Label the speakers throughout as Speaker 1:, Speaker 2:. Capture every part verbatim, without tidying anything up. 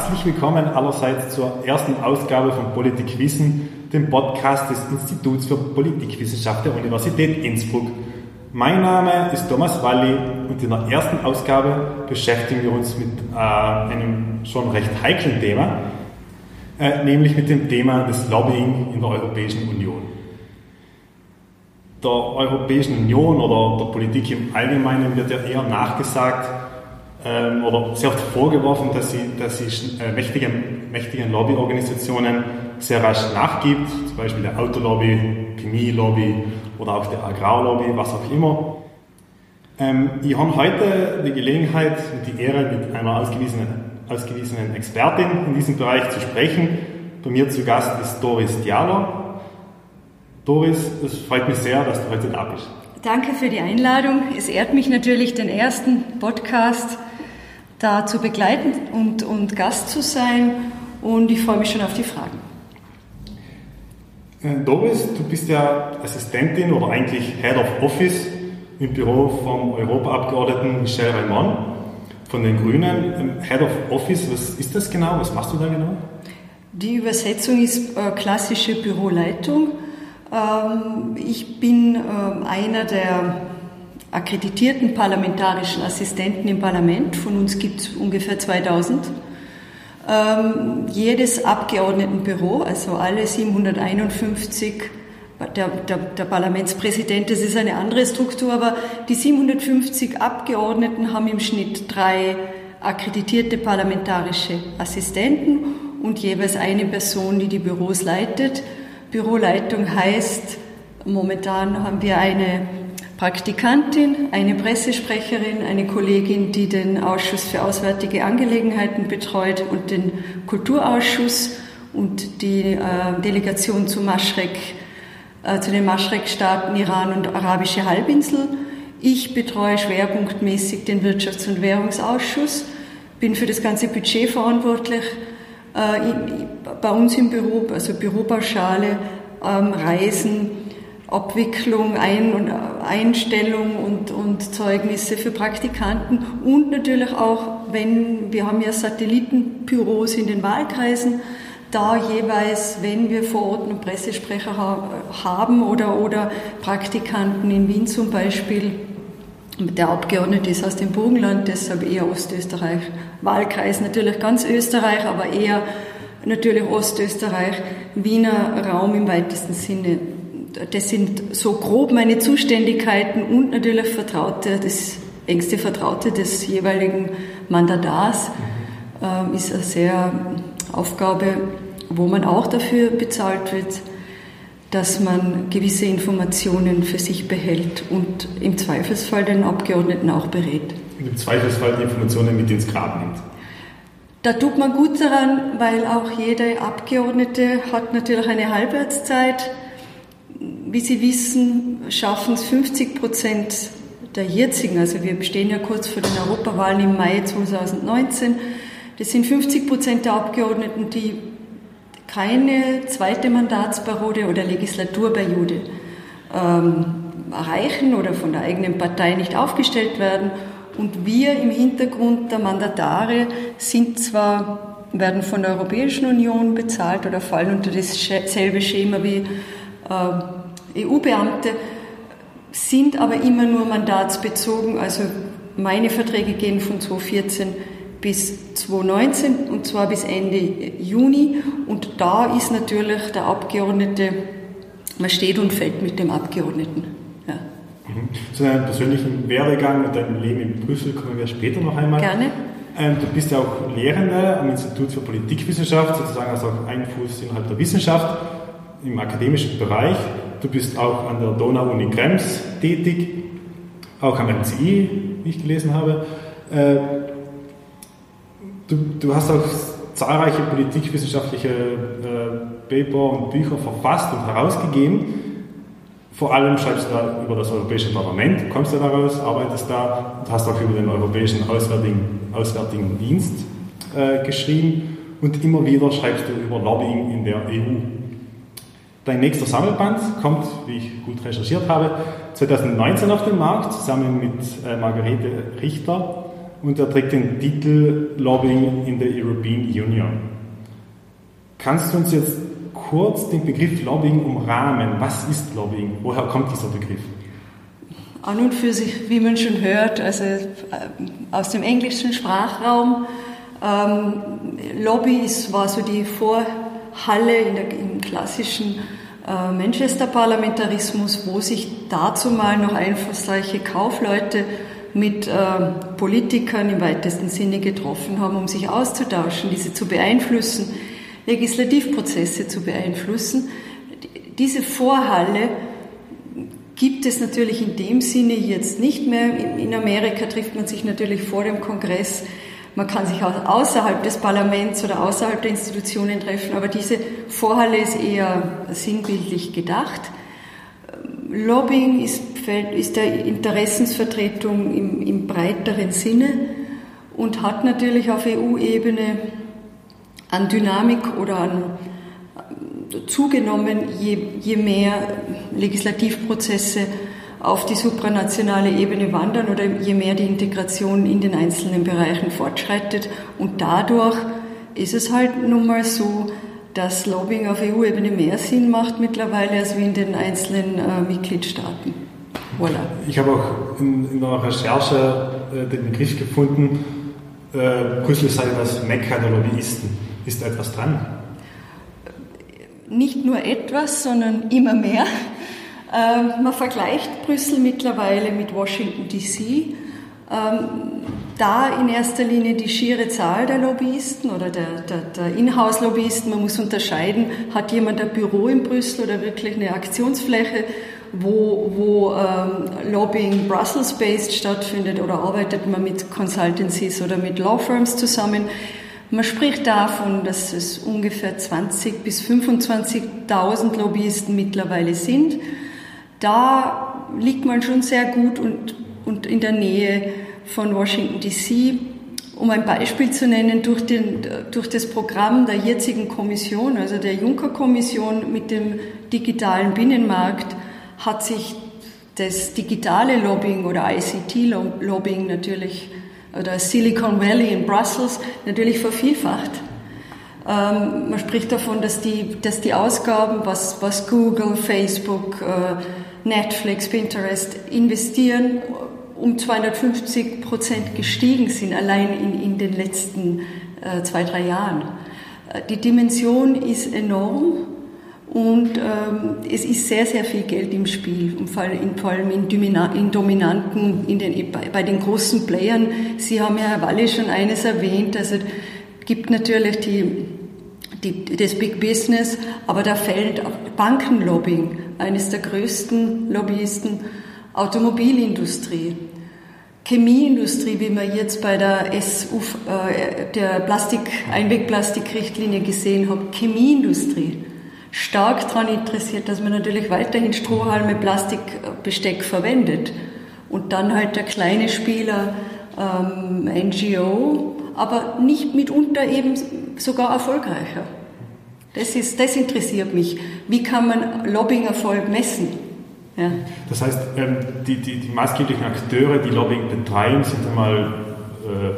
Speaker 1: Herzlich willkommen allerseits zur ersten Ausgabe von Politikwissen, dem Podcast des Instituts für Politikwissenschaft der Universität Innsbruck. Mein Name ist Thomas Walli und in der ersten Ausgabe beschäftigen wir uns mit äh, einem schon recht heiklen Thema, äh, nämlich mit dem Thema des Lobbying in der Europäischen Union. Der Europäischen Union oder der Politik im Allgemeinen wird ja eher nachgesagt, Ähm, oder sehr oft vorgeworfen, dass sie, dass sie äh, mächtigen, mächtigen Lobbyorganisationen sehr rasch nachgibt, zum Beispiel der Autolobby, Chemielobby oder auch der Agrarlobby, was auch immer. Ähm, ich habe heute die Gelegenheit und die Ehre, mit einer ausgewiesenen, ausgewiesenen Expertin in diesem Bereich zu sprechen. Bei mir zu Gast ist Doris Diallo. Doris, es freut mich sehr, dass du heute da bist.
Speaker 2: Danke für die Einladung. Es ehrt mich natürlich, den ersten Podcast da zu begleiten und, und Gast zu sein, und ich freue mich schon auf die Fragen.
Speaker 1: Doris, du bist ja Assistentin oder eigentlich Head of Office im Büro vom Europaabgeordneten Michel Raimond von den Grünen. Head of Office, was ist das genau? Was machst du da genau?
Speaker 2: Die Übersetzung ist äh, klassische Büroleitung. Ähm, ich bin äh, einer der akkreditierten parlamentarischen Assistenten im Parlament. Von uns gibt es ungefähr zweitausend. Ähm, jedes Abgeordnetenbüro, also alle siebenhunderteinundfünfzig, der, der, der Parlamentspräsident, das ist eine andere Struktur, aber die siebenhundertfünfzig Abgeordneten haben im Schnitt drei akkreditierte parlamentarische Assistenten und jeweils eine Person, die die Büros leitet. Büroleitung heißt, momentan haben wir eine Praktikantin, eine Pressesprecherin, eine Kollegin, die den Ausschuss für Auswärtige Angelegenheiten betreut und den Kulturausschuss und die äh, Delegation zu Maschrek, äh, zu den Maschrek-Staaten Iran und Arabische Halbinsel. Ich betreue schwerpunktmäßig den Wirtschafts- und Währungsausschuss, bin für das ganze Budget verantwortlich. Äh, bei uns im Büro, also Büropauschale, ähm, Reisen, Abwicklung, Ein- und Einstellung und, und Zeugnisse für Praktikanten und natürlich auch, wenn wir haben ja Satellitenbüros in den Wahlkreisen, da jeweils, wenn wir vor Ort einen Pressesprecher haben oder, oder Praktikanten in Wien zum Beispiel, der Abgeordnete ist aus dem Burgenland, deshalb eher Ostösterreich, Wahlkreis natürlich ganz Österreich, aber eher natürlich Ostösterreich, Wiener Raum im weitesten Sinne. Das sind so grob meine Zuständigkeiten und natürlich Vertraute, das engste Vertraute des jeweiligen Mandatars äh, ist eine sehr Aufgabe, wo man auch dafür bezahlt wird, dass man gewisse Informationen für sich behält und im Zweifelsfall den Abgeordneten auch berät.
Speaker 1: Und im Zweifelsfall die Informationen mit ins Grab nimmt.
Speaker 2: Da tut man gut daran, weil auch jeder Abgeordnete hat natürlich eine Halbwertszeit. Wie Sie wissen, schaffen es fünfzig Prozent der jetzigen, also wir stehen ja kurz vor den Europawahlen im Mai zweitausendneunzehn, das sind fünfzig Prozent der Abgeordneten, die keine zweite Mandatsperiode oder Legislaturperiode ähm, erreichen oder von der eigenen Partei nicht aufgestellt werden. Und wir im Hintergrund der Mandatare sind zwar, werden von der Europäischen Union bezahlt oder fallen unter dasselbe Schema wie äh, E U-Beamte, sind aber immer nur mandatsbezogen. Also meine Verträge gehen von zweitausendvierzehn bis zweitausendneunzehn und zwar bis Ende Juni. Und da ist natürlich der Abgeordnete, man steht und fällt mit dem Abgeordneten. Ja.
Speaker 1: Mhm. Zu deinem persönlichen Werdegang und deinem Leben in Brüssel kommen wir später noch einmal.
Speaker 2: Gerne.
Speaker 1: Ähm, du bist ja auch Lehrende am Institut für Politikwissenschaft, sozusagen also auch ein Fuß innerhalb der Wissenschaft im akademischen Bereich. Du bist auch an der Donau-Uni Krems tätig, auch am M C I, wie ich gelesen habe. Äh, du, du hast auch zahlreiche politikwissenschaftliche äh, Paper und Bücher verfasst und herausgegeben. Vor allem schreibst du da über das Europäische Parlament, kommst du daraus, arbeitest da und hast auch über den Europäischen Auswärtigen, Auswärtigen Dienst äh, geschrieben und immer wieder schreibst du über Lobbying in der E U. Dein nächster Sammelband kommt, wie ich gut recherchiert habe, zweitausendneunzehn auf den Markt, zusammen mit äh, Margarete Richter, und er trägt den Titel Lobbying in the European Union. Kannst du uns jetzt kurz den Begriff Lobbying umrahmen? Was ist Lobbying? Woher kommt dieser Begriff?
Speaker 2: An und für sich, wie man schon hört, also aus dem englischen Sprachraum. Ähm, Lobby ist, war so die Vorhalle in der, im klassischen äh, Manchester-Parlamentarismus, wo sich dazu mal noch einflussreiche Kaufleute mit äh, Politikern im weitesten Sinne getroffen haben, um sich auszutauschen, diese zu beeinflussen, Legislativprozesse zu beeinflussen. Diese Vorhalle gibt es natürlich in dem Sinne jetzt nicht mehr. In Amerika trifft man sich natürlich vor dem Kongress. Man kann sich auch außerhalb des Parlaments oder außerhalb der Institutionen treffen, aber diese Vorhalle ist eher sinnbildlich gedacht. Lobbying ist, ist der Interessensvertretung im, im breiteren Sinne und hat natürlich auf E U-Ebene an Dynamik oder an zugenommen, je, je mehr Legislativprozesse auf die supranationale Ebene wandern oder je mehr die Integration in den einzelnen Bereichen fortschreitet. Und dadurch ist es halt nun mal so, dass Lobbying auf E U-Ebene mehr Sinn macht mittlerweile als wie in den einzelnen äh, Mitgliedstaaten. Voilà.
Speaker 1: Ich habe auch in, in der Recherche äh, den Begriff gefunden, äh, Brüssel sei das Mekka der Lobbyisten. Ist da etwas dran?
Speaker 2: Nicht nur etwas, sondern immer mehr. Ähm, man vergleicht Brüssel mittlerweile mit Washington D C. Ähm, da in erster Linie die schiere Zahl der Lobbyisten oder der, der, der Inhouse-Lobbyisten. Man muss unterscheiden, hat jemand ein Büro in Brüssel oder wirklich eine Aktionsfläche, wo, wo ähm, Lobbying Brussels-based stattfindet, oder arbeitet man mit Consultancies oder mit Law Firms zusammen. Man spricht davon, dass es ungefähr zwanzigtausend bis fünfundzwanzigtausend Lobbyisten mittlerweile sind. Da liegt man schon sehr gut und, und in der Nähe von Washington D C. Um ein Beispiel zu nennen, durch, den, durch das Programm der jetzigen Kommission, also der Juncker-Kommission mit dem digitalen Binnenmarkt, hat sich das digitale Lobbying oder I C T-Lobbying natürlich, oder Silicon Valley in Brussels, natürlich vervielfacht. Ähm, man spricht davon, dass die, dass die Ausgaben, was, was Google, Facebook, äh, Netflix, Pinterest investieren, um zweihundertfünfzig Prozent gestiegen sind, allein in, in den letzten äh, zwei, drei Jahren. Äh, die Dimension ist enorm und ähm, es ist sehr, sehr viel Geld im Spiel, und vor allem in, vor allem in, Domina- in dominanten, in den, bei, bei den großen Playern. Sie haben ja, Herr Walli, schon eines erwähnt, also es gibt natürlich die, die, das Big Business, aber da fällt auch Bankenlobbying, eines der größten Lobbyisten, Automobilindustrie, Chemieindustrie, wie wir jetzt bei der, S U, äh, der Plastik, Einwegplastikrichtlinie gesehen haben, Chemieindustrie, stark daran interessiert, dass man natürlich weiterhin Strohhalme, Plastikbesteck verwendet. Und dann halt der kleine Spieler, ähm, N G O, aber nicht mitunter eben sogar erfolgreicher. Das ist, das interessiert mich. Wie kann man Lobbying-Erfolg messen? Ja.
Speaker 1: Das heißt, ähm, die, die, die maßgeblichen Akteure, die Lobbying betreiben, sind einmal äh,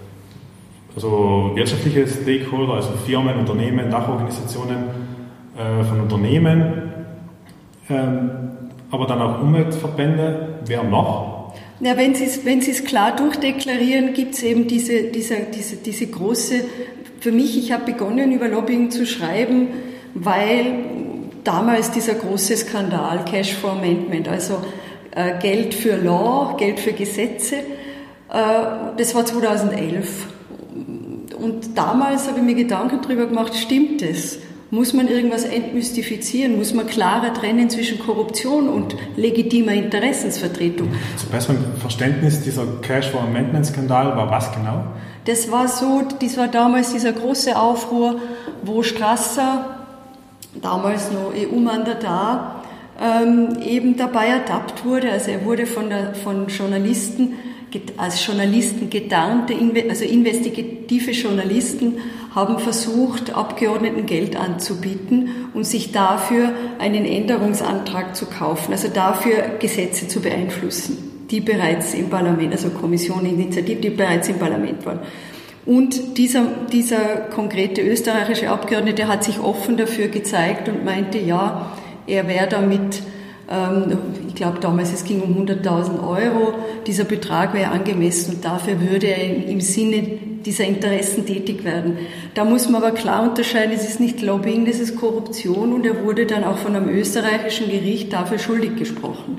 Speaker 1: also wirtschaftliche Stakeholder, also Firmen, Unternehmen, Dachorganisationen äh, von Unternehmen, ähm, aber dann auch Umweltverbände. Wer noch?
Speaker 2: Ja, wenn Sie es wenn Sie es klar durchdeklarieren, gibt es eben diese, diese, diese, diese große, für mich, ich habe begonnen über Lobbying zu schreiben, weil damals dieser große Skandal, Cash for Amendment, also äh, Geld für Law, Geld für Gesetze, äh, das war zweitausendelf. Und damals habe ich mir Gedanken darüber gemacht, stimmt das? Muss man irgendwas entmystifizieren? Muss man klarer trennen zwischen Korruption und legitimer Interessensvertretung?
Speaker 1: Zum besseren Verständnis, dieser Cash for Amendment Skandal war was genau?
Speaker 2: Das war so, das war damals dieser große Aufruhr, wo Strasser, damals noch E U-Mandatar, ähm, eben dabei ertappt wurde. Also er wurde von, der, von Journalisten, als Journalisten getarnte, also investigative Journalisten haben versucht, Abgeordneten Geld anzubieten und sich dafür einen Änderungsantrag zu kaufen, also dafür Gesetze zu beeinflussen. die bereits im Parlament, also Kommission, Initiative, die bereits im Parlament waren. Und dieser, dieser konkrete österreichische Abgeordnete hat sich offen dafür gezeigt und meinte, ja, er wäre damit, ähm, ich glaube damals, es ging um hunderttausend Euro, dieser Betrag wäre angemessen und dafür würde er im Sinne dieser Interessen tätig werden. Da muss man aber klar unterscheiden, es ist nicht Lobbying, das ist Korruption und er wurde dann auch von einem österreichischen Gericht dafür schuldig gesprochen.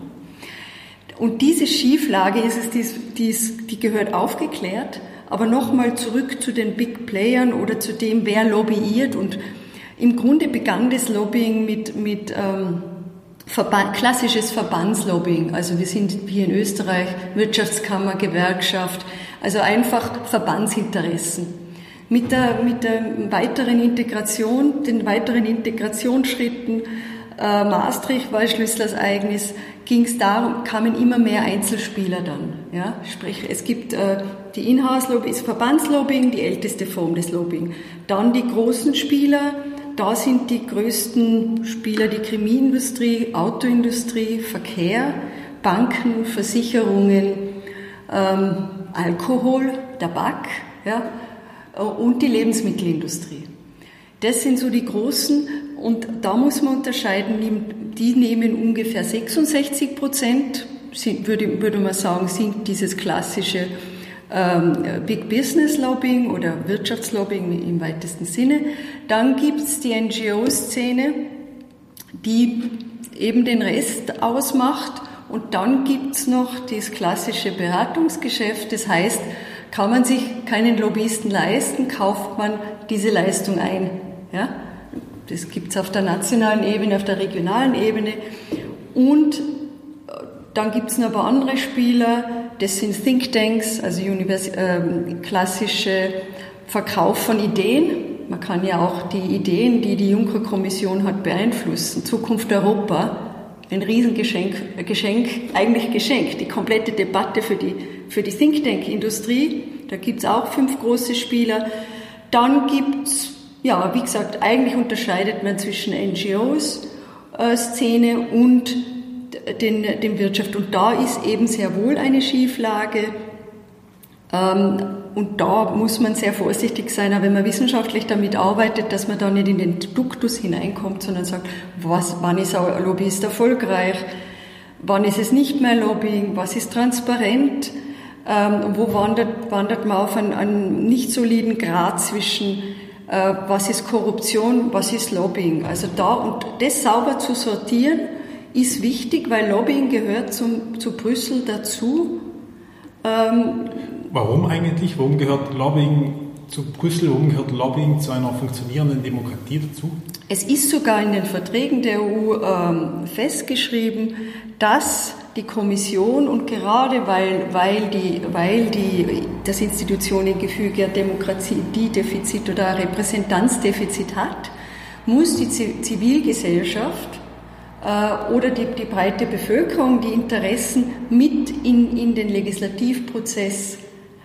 Speaker 2: Und diese Schieflage ist es, die, ist, die, ist, die gehört aufgeklärt, aber nochmal zurück zu den Big Playern oder zu dem, wer lobbyiert. Und im Grunde begann das Lobbying mit, mit ähm, Verband, klassisches Verbandslobbying. Also wir sind hier in Österreich, Wirtschaftskammer, Gewerkschaft, also einfach Verbandsinteressen. Mit der, mit der weiteren Integration, den weiteren Integrationsschritten, äh, Maastricht war ein Schlüsselereignis, ging es darum, kamen immer mehr Einzelspieler dann. Ja? Sprich, es gibt äh, die Inhouse-Lobby, ist Verbandslobbying, die älteste Form des Lobbying. Dann die großen Spieler, da sind die größten Spieler die Chemieindustrie, Autoindustrie, Verkehr, Banken, Versicherungen, ähm, Alkohol, Tabak, ja, und die Lebensmittelindustrie. Das sind so die großen, und da muss man unterscheiden, die nehmen ungefähr sechsundsechzig Prozent, sind, würde, würde man sagen, sind dieses klassische ähm, Big Business Lobbying oder Wirtschaftslobbying im weitesten Sinne. Dann gibt es die N G O-Szene, die eben den Rest ausmacht. Und dann gibt's noch das klassische Beratungsgeschäft, das heißt, kann man sich keinen Lobbyisten leisten, kauft man diese Leistung ein. Ja? Das gibt's auf der nationalen Ebene, auf der regionalen Ebene. Und dann gibt's noch ein paar andere Spieler, das sind Thinktanks, also Univers- äh, klassische Verkauf von Ideen. Man kann ja auch die Ideen, die die Juncker-Kommission hat, beeinflussen. Zukunft Europa. Ein Riesengeschenk, Geschenk, eigentlich Geschenk, die komplette Debatte für die, für die Think Tank-Industrie. Da gibt's auch fünf große Spieler. Dann gibt's, ja, wie gesagt, eigentlich unterscheidet man zwischen N G Os-Szene und den, dem Wirtschaft. Und da ist eben sehr wohl eine Schieflage. Ähm, Und da muss man sehr vorsichtig sein, auch wenn man wissenschaftlich damit arbeitet, dass man da nicht in den Duktus hineinkommt, sondern sagt, was, wann ist ein Lobbyist erfolgreich, wann ist es nicht mehr Lobbying, was ist transparent, ähm, wo wandert, wandert man auf einen, einen nicht soliden Grad zwischen, äh, was ist Korruption, was ist Lobbying. Also da, und das sauber zu sortieren, ist wichtig, weil Lobbying gehört zum, zu Brüssel dazu. Ähm,
Speaker 1: Warum eigentlich? Warum gehört Lobbying zu Brüssel? Warum gehört Lobbying zu einer funktionierenden Demokratie dazu?
Speaker 2: Es ist sogar in den Verträgen der E U ähm, festgeschrieben, dass die Kommission und gerade weil, weil, die, weil die, das Institutionengefüge ein Demokratiedefizit oder ein Repräsentanzdefizit hat, muss die Zivilgesellschaft äh, oder die, die breite Bevölkerung die Interessen mit in, in den Legislativprozess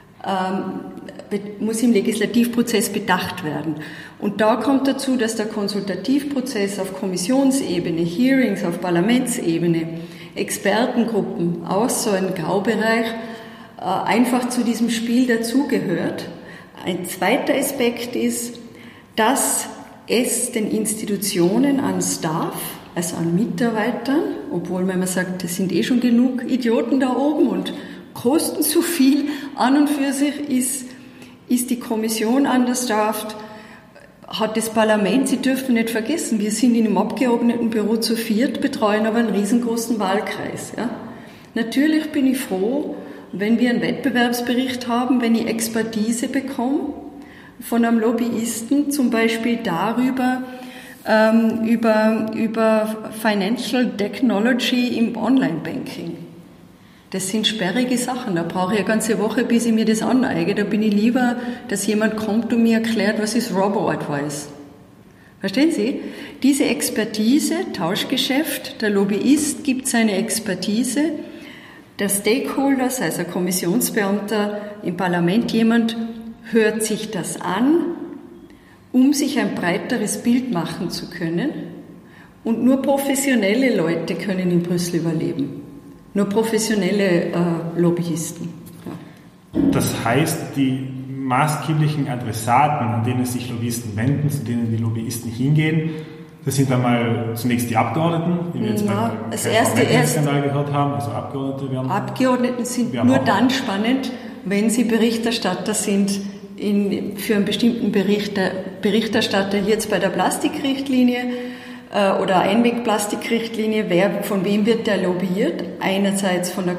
Speaker 2: muss im Legislativprozess bedacht werden. Und da kommt dazu, dass der Konsultativprozess auf Kommissionsebene, Hearings auf Parlamentsebene, Expertengruppen, auch so ein Graubereich, einfach zu diesem Spiel dazugehört. Ein zweiter Aspekt ist, dass es den Institutionen an Staff, also an Mitarbeitern, obwohl man sagt, das sind eh schon genug Idioten da oben und kosten zu viel. An und für sich ist, ist die Kommission understaffed, hat das Parlament, Sie dürfen nicht vergessen, wir sind in einem Abgeordnetenbüro zu viert, betreuen aber einen riesengroßen Wahlkreis. Ja. Natürlich bin ich froh, wenn wir einen Wettbewerbsbericht haben, wenn ich Expertise bekomme von einem Lobbyisten, zum Beispiel darüber, ähm, über, über Financial Technology im Online-Banking. Das sind sperrige Sachen, da brauche ich eine ganze Woche, bis ich mir das aneige. Da bin ich lieber, dass jemand kommt und mir erklärt, was ist Robo-Advice. Verstehen Sie? Diese Expertise, Tauschgeschäft, der Lobbyist gibt seine Expertise, der Stakeholder, also ein Kommissionsbeamter im Parlament, jemand hört sich das an, um sich ein breiteres Bild machen zu können. Und nur professionelle Leute können in Brüssel überleben. nur professionelle äh, Lobbyisten. Ja.
Speaker 1: Das heißt, die maßgeblichen Adressaten, an denen sich Lobbyisten wenden, zu denen die Lobbyisten hingehen, das sind einmal zunächst die Abgeordneten, wie wir jetzt
Speaker 2: ja,
Speaker 1: beim
Speaker 2: das erste, erste
Speaker 1: Skandal gehört haben, also Abgeordnete werden.
Speaker 2: Abgeordneten sind nur dann spannend, wenn sie Berichterstatter sind in, für einen bestimmten Bericht, Berichterstatter jetzt bei der Plastikrichtlinie äh, oder Einwegplastikrichtlinie, wer, von wem wird der lobbyiert? Einerseits von der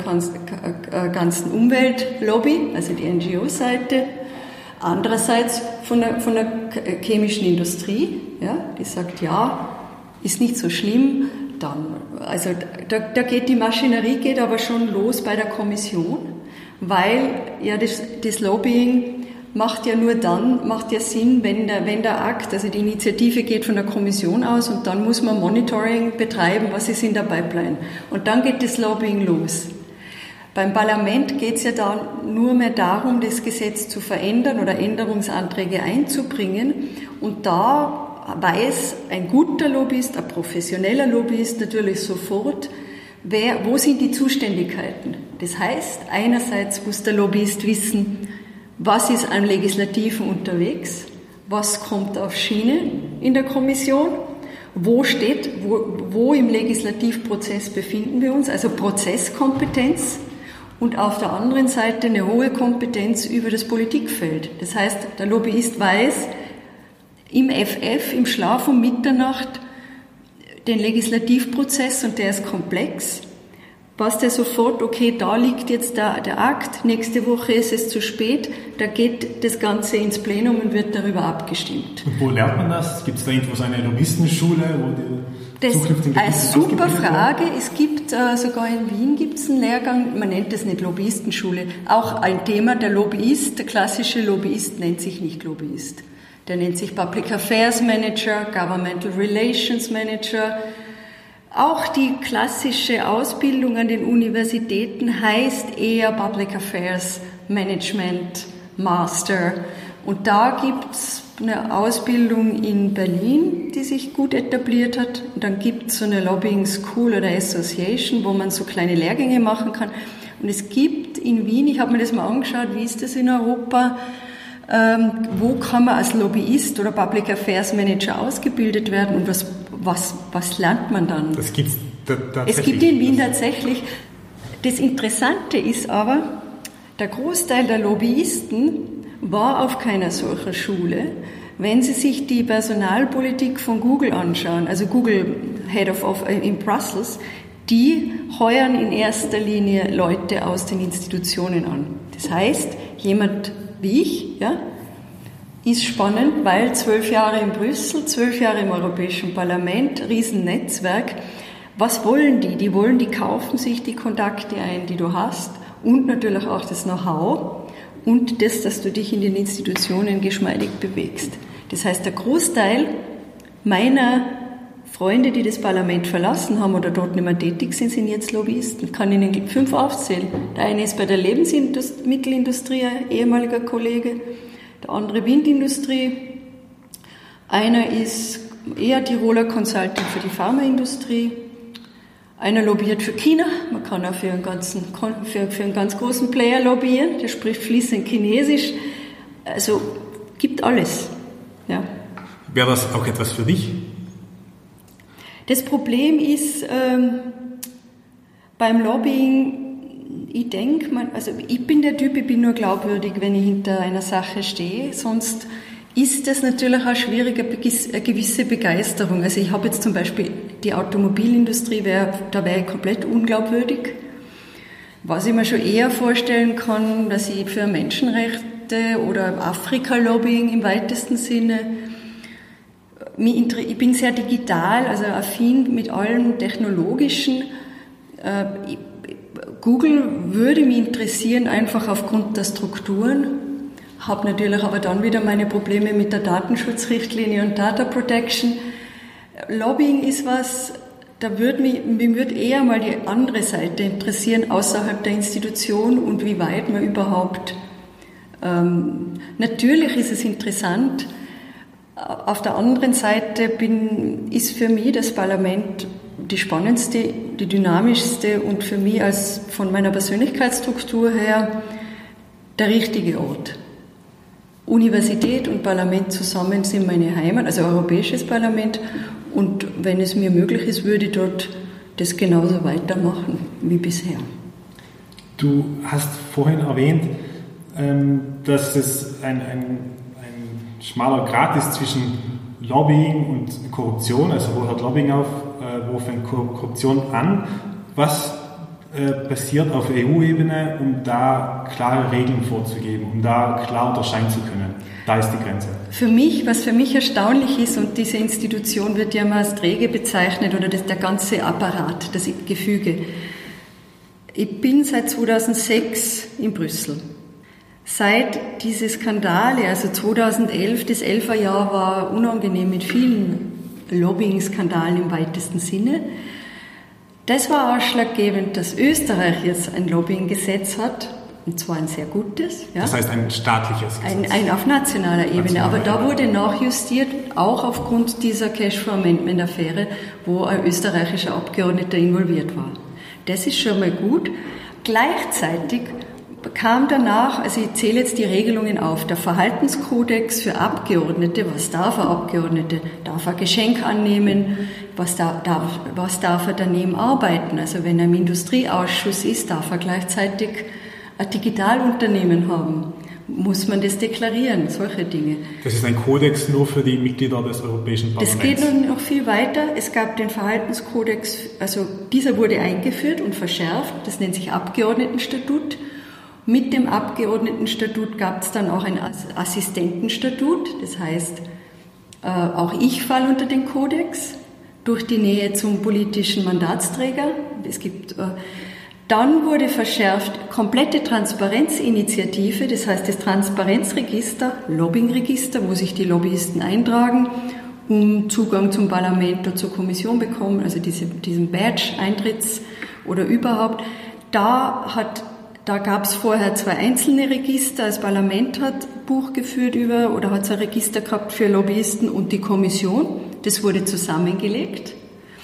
Speaker 2: ganzen Umweltlobby, also die N G O-Seite, andererseits von der, von der chemischen Industrie, ja, die sagt, ja, ist nicht so schlimm, dann, also da, da geht die Maschinerie geht aber schon los bei der Kommission, weil ja das, das Lobbying macht ja nur dann, macht ja Sinn, wenn der, wenn der Akt, also die Initiative geht von der Kommission aus und dann muss man Monitoring betreiben, was ist in der Pipeline. Und dann geht das Lobbying los. Beim Parlament geht es ja dann nur mehr darum, das Gesetz zu verändern oder Änderungsanträge einzubringen. Und da weiß ein guter Lobbyist, ein professioneller Lobbyist natürlich sofort, wer, wo sind die Zuständigkeiten. Das heißt, einerseits muss der Lobbyist wissen, was ist an Legislativen unterwegs, was kommt auf Schiene in der Kommission, wo steht, wo, wo im Legislativprozess befinden wir uns, also Prozesskompetenz. Und auf der anderen Seite eine hohe Kompetenz über das Politikfeld. Das heißt, der Lobbyist weiß im F F, im Schlaf um Mitternacht, den Legislativprozess, und der ist komplex, weiß der sofort, okay, da liegt jetzt der, der Akt, nächste Woche ist es zu spät, da geht das Ganze ins Plenum und wird darüber abgestimmt.
Speaker 1: Und wo lernt man das? Gibt es da irgendwo so eine Lobbyistenschule, wo die
Speaker 2: das ist eine super Frage. Es gibt, äh, sogar in Wien gibt es einen Lehrgang, man nennt das nicht Lobbyistenschule, auch ein Thema, der Lobbyist, der klassische Lobbyist nennt sich nicht Lobbyist. Der nennt sich Public Affairs Manager, Governmental Relations Manager. Auch die klassische Ausbildung an den Universitäten heißt eher Public Affairs Management Master. Und da gibt's eine Ausbildung in Berlin, die sich gut etabliert hat. Und dann gibt's so eine Lobbying School oder Association, wo man so kleine Lehrgänge machen kann. Und es gibt in Wien, ich habe mir das mal angeschaut, wie ist das in Europa, ähm, wo kann man als Lobbyist oder Public Affairs Manager ausgebildet werden und was, was, was lernt man dann?
Speaker 1: Das gibt's da, tatsächlich.
Speaker 2: Es gibt in Wien tatsächlich. Das Interessante ist aber, der Großteil der Lobbyisten war auf keiner solchen Schule. Wenn Sie sich die Personalpolitik von Google anschauen, also Google Head of, of in Brussels, die heuern in erster Linie Leute aus den Institutionen an. Das heißt, jemand wie ich, ja, ist spannend, weil zwölf Jahre in Brüssel, zwölf Jahre im Europäischen Parlament, Riesennetzwerk. Was wollen die? Die wollen, die kaufen sich die Kontakte ein, die du hast, und natürlich auch das Know-how und das, dass du dich in den Institutionen geschmeidig bewegst. Das heißt, der Großteil meiner Freunde, die das Parlament verlassen haben oder dort nicht mehr tätig sind, sind jetzt Lobbyisten. Ich kann Ihnen fünf aufzählen. Der eine ist bei der Lebensmittelindustrie, ein ehemaliger Kollege, der andere Windindustrie, einer ist eher Tiroler Consulting für die Pharmaindustrie, einer lobbyiert für China, man kann auch für einen, ganzen, für, für einen ganz großen Player lobbyieren, der spricht fließend Chinesisch, also gibt alles. Ja.
Speaker 1: Wäre das auch etwas für dich?
Speaker 2: Das Problem ist, ähm, beim Lobbying, ich denke, also ich bin der Typ, ich bin nur glaubwürdig, wenn ich hinter einer Sache stehe, sonst ist das natürlich auch schwierig, eine gewisse Begeisterung. Also ich habe jetzt zum Beispiel die Automobilindustrie, wär, da wäre ich komplett unglaubwürdig. Was ich mir schon eher vorstellen kann, dass ich für Menschenrechte oder Afrika-Lobbying im weitesten Sinne, ich bin sehr digital, also affin mit allem Technologischen. Google würde mich interessieren, einfach aufgrund der Strukturen. Habe natürlich aber dann wieder meine Probleme mit der Datenschutzrichtlinie und Data Protection. Lobbying ist was, da würde mich, mich würde eher mal die andere Seite interessieren, außerhalb der Institution und wie weit man überhaupt, ähm, natürlich ist es interessant, Auf der anderen Seite bin, ist für mich das Parlament die spannendste, die dynamischste und für mich als von meiner Persönlichkeitsstruktur her der richtige Ort. Universität und Parlament zusammen sind meine Heimat, also Europäisches Parlament, und wenn es mir möglich ist, würde ich dort das genauso weitermachen wie bisher.
Speaker 1: Du hast vorhin erwähnt, dass es ein, ein, ein schmaler Grat ist zwischen Lobbying und Korruption, also wo hört Lobbying auf, wo fängt Korruption an? Was äh, passiert auf E U-Ebene, um da klare Regeln vorzugeben, um da klar unterscheiden zu können? Da ist die Grenze.
Speaker 2: Für mich, was für mich erstaunlich ist, und diese Institution wird ja immer als träge bezeichnet, oder das, der ganze Apparat, das Gefüge. Ich bin seit zweitausendsechs in Brüssel. Seit diese Skandale, also zweitausendelf, das Elferjahr war unangenehm mit vielen Lobbying-Skandalen im weitesten Sinne. Das war ausschlaggebend, dass Österreich jetzt ein Lobbying-Gesetz hat, und zwar ein sehr gutes. Ja.
Speaker 1: Das heißt ein staatliches Gesetz?
Speaker 2: Ein, ein auf nationaler Ebene, National, aber da wurde nachjustiert, auch aufgrund dieser Cash-for-Amendment-Affäre, wo ein österreichischer Abgeordneter involviert war. Das ist schon mal gut. Gleichzeitig kam danach, also ich zähle jetzt die Regelungen auf, der Verhaltenskodex für Abgeordnete. Was darf ein Abgeordnete? Darf er Geschenk annehmen? Was darf, darf, was darf er daneben arbeiten? Also wenn er im Industrieausschuss ist, darf er gleichzeitig ein Digitalunternehmen haben. Muss man das deklarieren? Solche Dinge.
Speaker 1: Das ist ein Kodex nur für die Mitglieder des Europäischen Parlaments?
Speaker 2: Das geht noch viel weiter. Es gab den Verhaltenskodex, also dieser wurde eingeführt und verschärft. Das nennt sich Abgeordnetenstatut. Mit dem Abgeordnetenstatut gab es dann auch ein Assistentenstatut, das heißt, äh, auch ich falle unter den Kodex durch die Nähe zum politischen Mandatsträger. Es gibt, äh, dann wurde verschärft komplette Transparenzinitiative, das heißt das Transparenzregister, Lobbyingregister, wo sich die Lobbyisten eintragen, um Zugang zum Parlament oder zur Kommission bekommen, also diese, diesen Badge-Eintritts oder überhaupt. Da hat Da gab es vorher zwei einzelne Register. Das Parlament hat Buch geführt über, oder hat es ein Register gehabt für Lobbyisten und die Kommission. Das wurde zusammengelegt.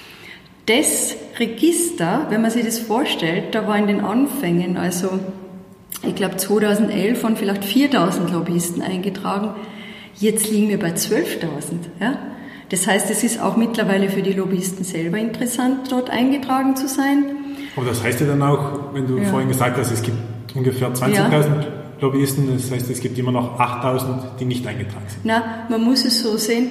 Speaker 2: Das Register, wenn man sich das vorstellt, da war in den Anfängen, also ich glaube zweitausendelf waren vielleicht viertausend Lobbyisten eingetragen. Jetzt liegen wir bei zwölftausend. Ja? Das heißt, es ist auch mittlerweile für die Lobbyisten selber interessant, dort eingetragen zu sein.
Speaker 1: Aber das heißt ja dann auch, wenn du ja. vorhin gesagt hast, es gibt ungefähr zwanzigtausend ja. Lobbyisten, das heißt, es gibt immer noch achttausend, die nicht eingetragen sind.
Speaker 2: Na, man muss es so sehen,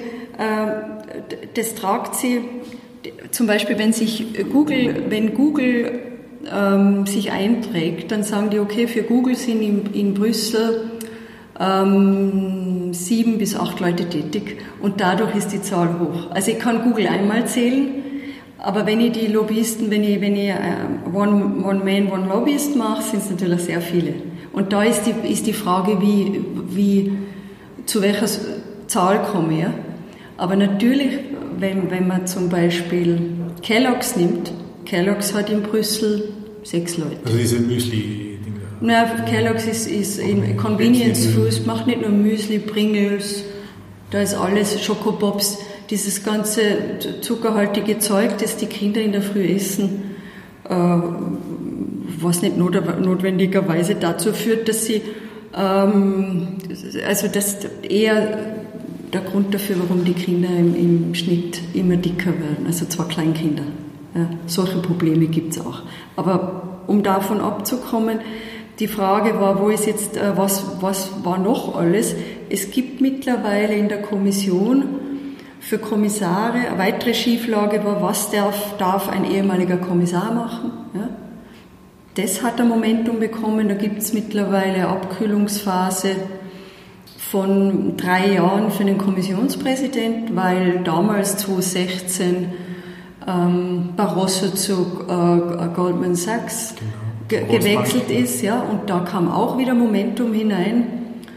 Speaker 2: das tragt sie, zum Beispiel wenn sich Google, wenn Google ähm, sich einträgt, dann sagen die, okay, für Google sind in, in Brüssel ähm, sieben bis acht Leute tätig und dadurch ist die Zahl hoch. Also ich kann Google einmal zählen, aber wenn ich die Lobbyisten, wenn ich, wenn ich uh, One, One Man, One Lobbyist mache, sind es natürlich sehr viele. Und da ist die, ist die Frage, wie, wie, zu welcher Zahl komme ich. Ja? Aber natürlich, wenn, wenn man zum Beispiel Kellogg's nimmt, Kellogg's hat in Brüssel sechs Leute.
Speaker 1: Also diese Müsli-Dinge?
Speaker 2: Na, Kellogg's ist, ist in Convenience Food, macht nicht nur Müsli, Pringles, da ist alles, Schokopops. Dieses ganze zuckerhaltige Zeug, das die Kinder in der Früh essen, äh, was nicht notwendigerweise dazu führt, dass sie, ähm, also das eher der Grund dafür, warum die Kinder im, im Schnitt immer dicker werden, also zwar Kleinkinder. Ja, solche Probleme gibt es auch. Aber um davon abzukommen, die Frage war, wo ist jetzt, äh, was, was war noch alles? Es gibt mittlerweile in der Kommission für Kommissare, eine weitere Schieflage war, was darf, darf ein ehemaliger Kommissar machen? Ja? Das hat ein Momentum bekommen, da gibt es mittlerweile eine Abkühlungsphase von drei Jahren für den Kommissionspräsident, weil damals zweitausendsechzehn ähm, Barroso zu äh, Goldman Sachs genau. ge- gewechselt ist, ja, und da kam auch wieder Momentum hinein.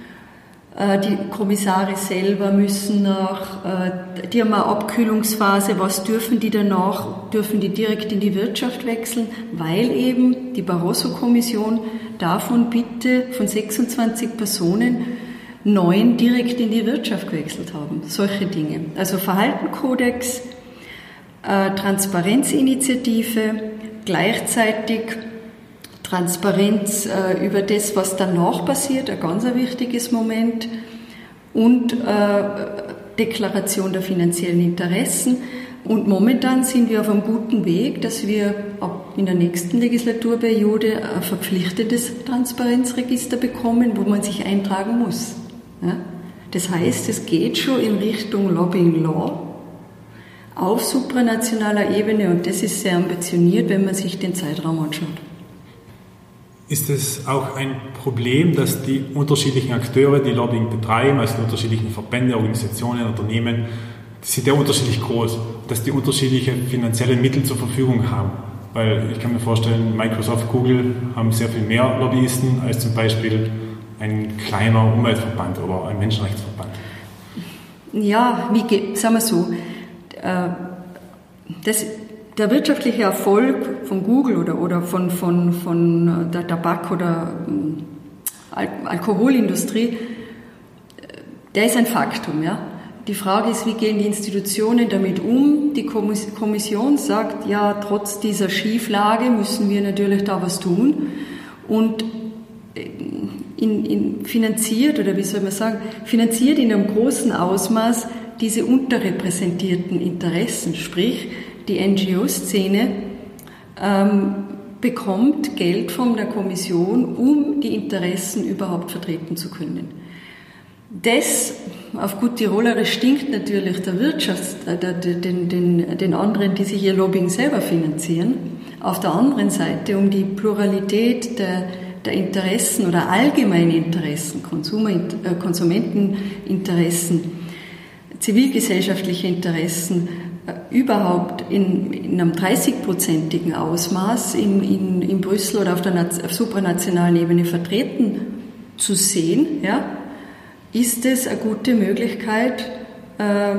Speaker 2: Die Kommissare selber müssen nach, die haben eine Abkühlungsphase, was dürfen die danach, dürfen die direkt in die Wirtschaft wechseln, weil eben die Barroso-Kommission davon bitte von sechsundzwanzig Personen neun direkt in die Wirtschaft gewechselt haben. Solche Dinge. Also Verhaltenskodex, äh, Transparenzinitiative, gleichzeitig Transparenz äh, über das, was danach passiert, ein ganz ein wichtiges Moment, und äh, Deklaration der finanziellen Interessen. Und momentan sind wir auf einem guten Weg, dass wir ab in der nächsten Legislaturperiode ein verpflichtendes Transparenzregister bekommen, wo man sich eintragen muss. Ja? Das heißt, es geht schon in Richtung Lobbying Law auf supranationaler Ebene, und das ist sehr ambitioniert, wenn man sich den Zeitraum anschaut.
Speaker 1: Ist es auch ein Problem, dass die unterschiedlichen Akteure, die Lobbying betreiben, also die unterschiedlichen Verbände, Organisationen, Unternehmen, die sind ja unterschiedlich groß, dass die unterschiedliche finanzielle Mittel zur Verfügung haben? Weil ich kann mir vorstellen, Microsoft, Google haben sehr viel mehr Lobbyisten als zum Beispiel ein kleiner Umweltverband oder ein Menschenrechtsverband.
Speaker 2: Ja, wie geht, sagen wir so, das, der wirtschaftliche Erfolg von Google oder, oder von, von, von der Tabak- oder Al- Alkoholindustrie, der ist ein Faktum, ja. Die Frage ist, wie gehen die Institutionen damit um? Die Kommission sagt, ja, trotz dieser Schieflage müssen wir natürlich da was tun, und in, in finanziert, oder wie soll man sagen, finanziert in einem großen Ausmaß diese unterrepräsentierten Interessen, sprich die N G O-Szene ähm, bekommt Geld von der Kommission, um die Interessen überhaupt vertreten zu können. Das, auf gut Tirolerisch, stinkt natürlich der Wirtschaft, äh, der, den, den, den anderen, die sich ihr Lobbying selber finanzieren. Auf der anderen Seite, um die Pluralität der, der Interessen oder allgemeine Interessen, Konsumer, äh, Konsumenteninteressen, zivilgesellschaftliche Interessen, äh, überhaupt in, in einem dreißigprozentigen Ausmaß in, in, in Brüssel oder auf der auf supranationalen Ebene vertreten zu sehen, ja, ist es eine gute Möglichkeit, äh,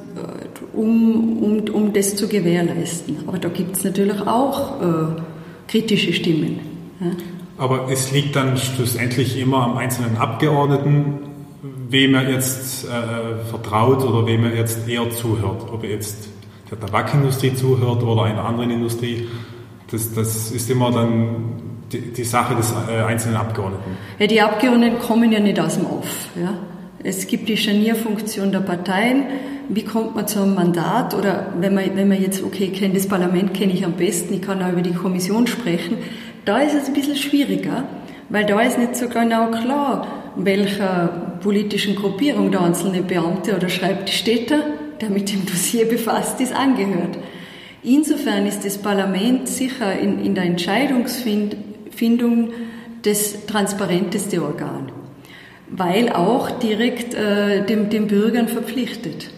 Speaker 2: um, um, um das zu gewährleisten. Aber da gibt es natürlich auch äh, kritische Stimmen. Ja. Aber es liegt dann schlussendlich immer am einzelnen Abgeordneten, wem er jetzt äh, vertraut oder wem er jetzt eher zuhört. Ob er jetzt der Tabakindustrie zuhört oder einer anderen Industrie, das, das ist immer dann die, die Sache des äh, einzelnen Abgeordneten. Ja, die Abgeordneten kommen ja nicht aus dem Off. Ja? Es gibt die Scharnierfunktion der Parteien. Wie kommt man zu einem Mandat? Oder wenn man, wenn man jetzt, okay, ich kenne das Parlament, kenne ich am besten, ich kann auch über die Kommission sprechen, da ist es ein bisschen schwieriger, weil da ist nicht so genau klar, welcher politischen Gruppierung der einzelne Beamte oder Schreibtischtäter, der mit dem Dossier befasst ist, angehört. Insofern ist das Parlament sicher in, in der Entscheidungsfindung das transparenteste Organ, weil auch direkt äh, dem, den Bürgern verpflichtet.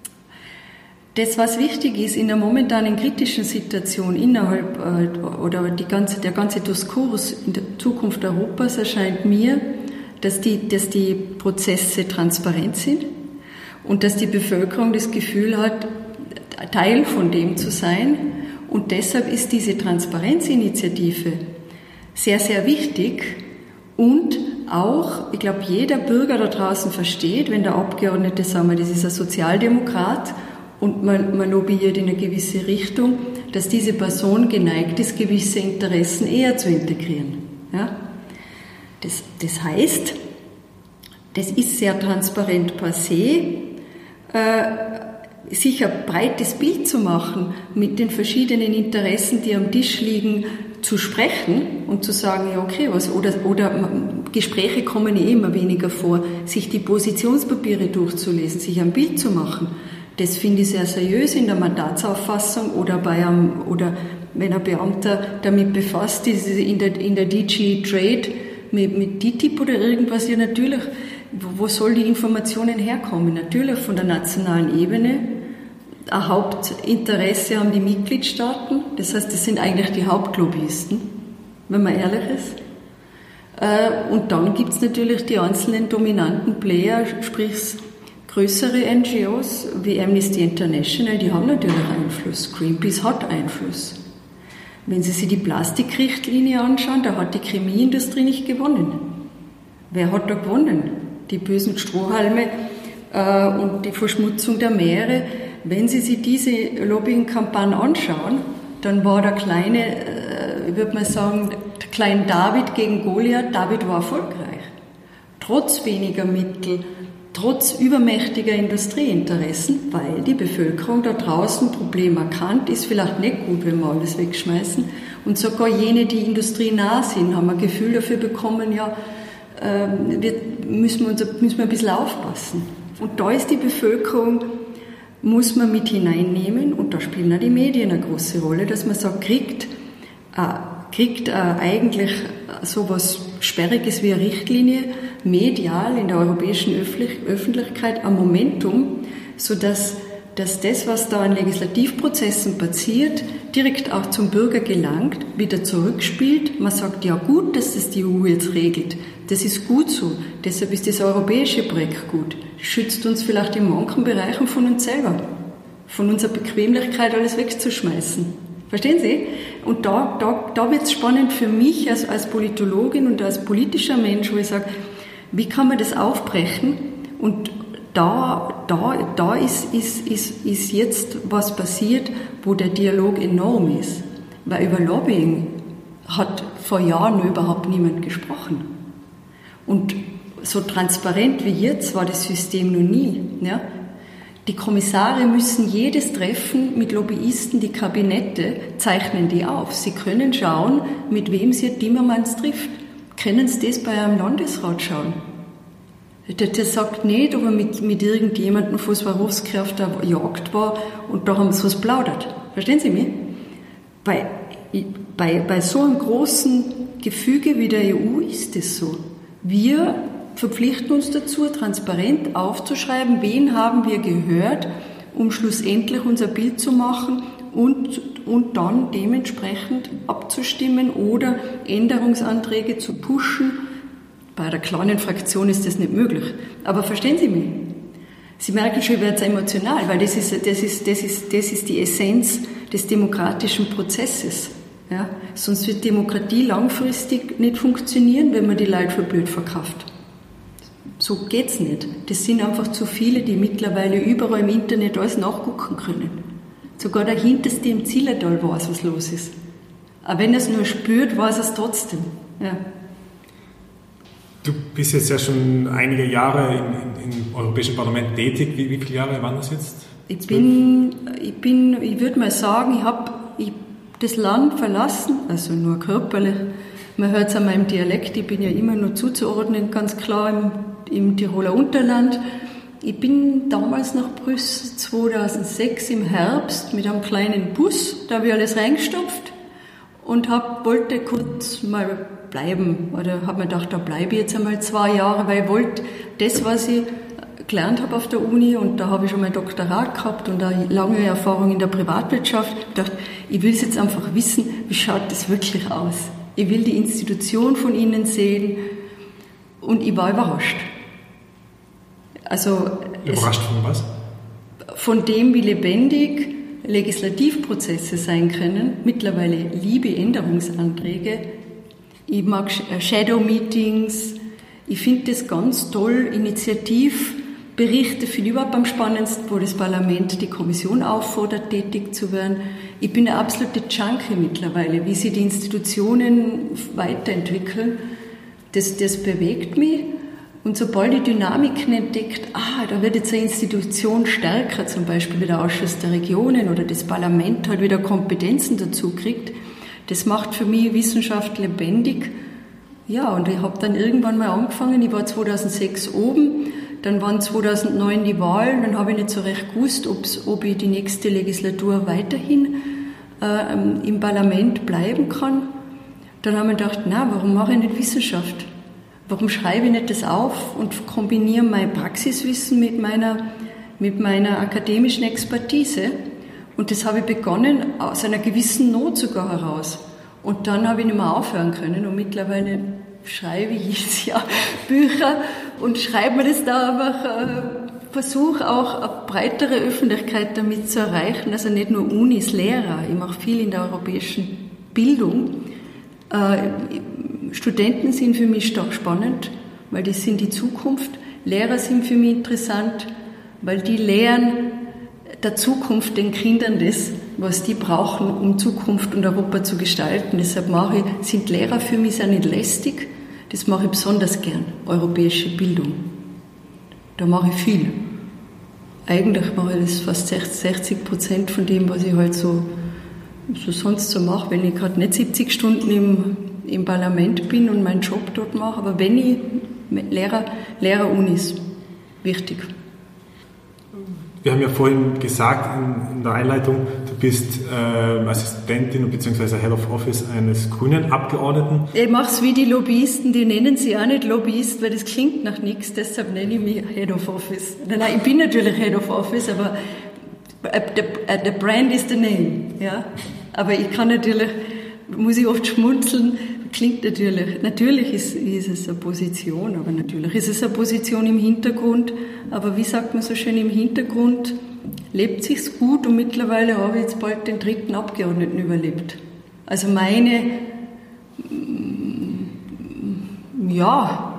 Speaker 2: Das, was wichtig ist in der momentanen kritischen Situation innerhalb äh, oder die ganze, der ganze Diskurs in der Zukunft Europas, erscheint mir, dass die, dass die Prozesse transparent sind und dass die Bevölkerung das Gefühl hat, Teil von dem zu sein. Und deshalb ist diese Transparenzinitiative sehr, sehr wichtig. Und auch, ich glaube, jeder Bürger da draußen versteht, wenn der Abgeordnete, sagen wir, das ist ein Sozialdemokrat und man, man lobbyiert in eine gewisse Richtung, dass diese Person geneigt ist, gewisse Interessen eher zu integrieren. Ja? Das, das heißt, das ist sehr transparent per se, äh, sich ein breites Bild zu machen, mit den verschiedenen Interessen, die am Tisch liegen, zu sprechen und zu sagen, ja okay, was, oder, oder Gespräche kommen eh immer weniger vor, sich die Positionspapiere durchzulesen, sich ein Bild zu machen, das finde ich sehr seriös in der Mandatsauffassung oder bei einem, oder wenn ein Beamter damit befasst ist, in der, in der D G Trade mit, mit D T I P oder irgendwas, ja natürlich, wo soll die Informationen herkommen? Natürlich von der nationalen Ebene. Ein Hauptinteresse haben die Mitgliedstaaten, das heißt, das sind eigentlich die Hauptlobbyisten, wenn man ehrlich ist. Und dann gibt es natürlich die einzelnen dominanten Player, sprich größere N G Os wie Amnesty International, die haben natürlich Einfluss. Greenpeace hat Einfluss. Wenn Sie sich die Plastikrichtlinie anschauen, da hat die Chemieindustrie nicht gewonnen. Wer hat da gewonnen? die bösen Strohhalme äh, und die Verschmutzung der Meere. Wenn Sie sich diese Lobbying-Kampagne anschauen, dann war der kleine, äh, würde man sagen, der kleine David gegen Goliath. David war erfolgreich. Trotz weniger Mittel, trotz übermächtiger Industrieinteressen, weil die Bevölkerung da draußen Problem erkannt, ist vielleicht nicht gut, wenn wir alles wegschmeißen. Und sogar jene, die industrienah sind, haben ein Gefühl dafür bekommen, ja, äh, wir müssen, wir uns, müssen wir ein bisschen aufpassen. Und da ist die Bevölkerung, muss man mit hineinnehmen, und da spielen auch die Medien eine große Rolle, dass man sagt, kriegt, äh, kriegt äh, eigentlich so was Sperriges wie eine Richtlinie medial in der europäischen Öffentlichkeit ein Momentum, sodass dass das, was da an Legislativprozessen passiert, direkt auch zum Bürger gelangt, wieder zurückspielt. Man sagt, ja gut, dass das die E U jetzt regelt. Das ist gut so. Deshalb ist das europäische Projekt gut. Das schützt uns vielleicht in manchen Bereichen von uns selber. Von unserer Bequemlichkeit, alles wegzuschmeißen. Verstehen Sie? Und da, da, da wird es spannend für mich als, als Politologin und als politischer Mensch, wo ich sage, wie kann man das aufbrechen? Und Da, da, da ist, ist, ist, ist jetzt was passiert, wo der Dialog enorm ist. Weil über Lobbying hat vor Jahren überhaupt niemand gesprochen. Und so transparent wie jetzt war das System noch nie. Ja? Die Kommissare müssen jedes Treffen mit Lobbyisten, die Kabinette, zeichnen die auf. Sie können schauen, mit wem sie Timmermans trifft. Können Sie das bei einem Landesrat schauen? Der, der sagt nicht, ob er mit, mit irgendjemandem von Swarovski auf der Jagd war und da haben sie was plaudert. Verstehen Sie mich? Bei, bei, bei so einem großen Gefüge wie der E U ist es so. Wir verpflichten uns dazu, transparent aufzuschreiben, wen haben wir gehört, um schlussendlich unser Bild zu machen und, und dann dementsprechend abzustimmen oder Änderungsanträge zu pushen. Bei einer kleinen Fraktion ist das nicht möglich. Aber verstehen Sie mich? Sie merken schon, ich werde jetzt emotional, weil das ist, das ist, das ist, das ist die Essenz des demokratischen Prozesses. Ja? Sonst wird Demokratie langfristig nicht funktionieren, wenn man die Leute für blöd verkauft. So geht's nicht. Das sind einfach zu viele, die mittlerweile überall im Internet alles nachgucken können. Sogar der Hinterste im Zillertal weiß, was los ist. Aber wenn er es nur spürt, weiß er es trotzdem. Ja.
Speaker 1: Du bist jetzt ja schon einige Jahre im, im Europäischen Parlament tätig. Wie, wie viele Jahre waren das jetzt?
Speaker 2: Ich bin, ich bin, ich würde mal sagen, ich habe das Land verlassen, also nur körperlich. Man hört es an meinem Dialekt, ich bin ja immer nur zuzuordnen, ganz klar im, im Tiroler Unterland. Ich bin damals nach Brüssel zweitausendsechs im Herbst mit einem kleinen Bus, da habe ich alles reingestopft und hab, wollte kurz mal bleiben, oder habe mir gedacht, da bleibe ich jetzt einmal zwei Jahre, weil ich wollte das, was ich gelernt habe auf der Uni, und da habe ich schon mein Doktorat gehabt und eine lange Erfahrung in der Privatwirtschaft, ich dachte, ich will jetzt einfach wissen, wie schaut das wirklich aus. Ich will die Institution von Ihnen sehen, und ich war überrascht. Also
Speaker 1: überrascht von was?
Speaker 2: Von dem, wie lebendig Legislativprozesse sein können. Mittlerweile liebe Änderungsanträge. Ich mag Shadow-Meetings. Ich finde das ganz toll. Initiativberichte finde ich überhaupt am spannendsten, wo das Parlament die Kommission auffordert, tätig zu werden. Ich bin eine absolute Junkie mittlerweile, wie sich die Institutionen weiterentwickeln. Das, das bewegt mich. Und sobald die Dynamiken entdeckt, ah, da wird jetzt eine Institution stärker, zum Beispiel wie der Ausschuss der Regionen oder das Parlament halt wieder Kompetenzen dazu kriegt, das macht für mich Wissenschaft lebendig. Ja, und ich habe dann irgendwann mal angefangen, ich war zweitausendsechs oben, dann waren zweitausendneun die Wahlen, dann habe ich nicht so recht gewusst, ob's, ob ich die nächste Legislatur weiterhin äh, im Parlament bleiben kann. Dann habe ich gedacht, na, warum mache ich nicht Wissenschaft? Warum schreibe ich nicht das auf und kombiniere mein Praxiswissen mit meiner, mit meiner akademischen Expertise? Und das habe ich begonnen aus einer gewissen Not sogar heraus. Und dann habe ich nicht mehr aufhören können, und mittlerweile schreibe ich jedes Jahr Bücher und schreibe mir das da einfach, äh, versuche auch eine breitere Öffentlichkeit damit zu erreichen, also nicht nur Unis, Lehrer, ich mache viel in der europäischen Bildung. Äh, Studenten sind für mich stark spannend, weil das sind die Zukunft. Lehrer sind für mich interessant, weil die lehren der Zukunft den Kindern das, was die brauchen, um Zukunft und Europa zu gestalten. Deshalb mache ich, sind Lehrer für mich auch nicht lästig, das mache ich besonders gern, europäische Bildung. Da mache ich viel. Eigentlich mache ich das fast sechzig Prozent von dem, was ich halt so, so sonst so mache, wenn ich gerade nicht siebzig Stunden im, im Parlament bin und meinen Job dort mache, aber wenn ich Lehrer, Lehrer-Unis, wichtig.
Speaker 1: Wir haben ja vorhin gesagt in, in der Einleitung, du bist äh, Assistentin bzw. Head of Office eines grünen Abgeordneten.
Speaker 2: Ich mache es wie die Lobbyisten, die nennen sie auch nicht Lobbyist, weil das klingt nach nichts, deshalb nenne ich mich Head of Office. Nein, nein, ich bin natürlich Head of Office, aber the, the brand is the name. Ja? Aber ich kann natürlich, muss ich oft schmunzeln, klingt natürlich, natürlich ist, ist es eine Position, aber natürlich ist es eine Position im Hintergrund, aber wie sagt man so schön, im Hintergrund lebt sich's gut und mittlerweile habe ich jetzt bald den dritten Abgeordneten überlebt. Also meine, ja,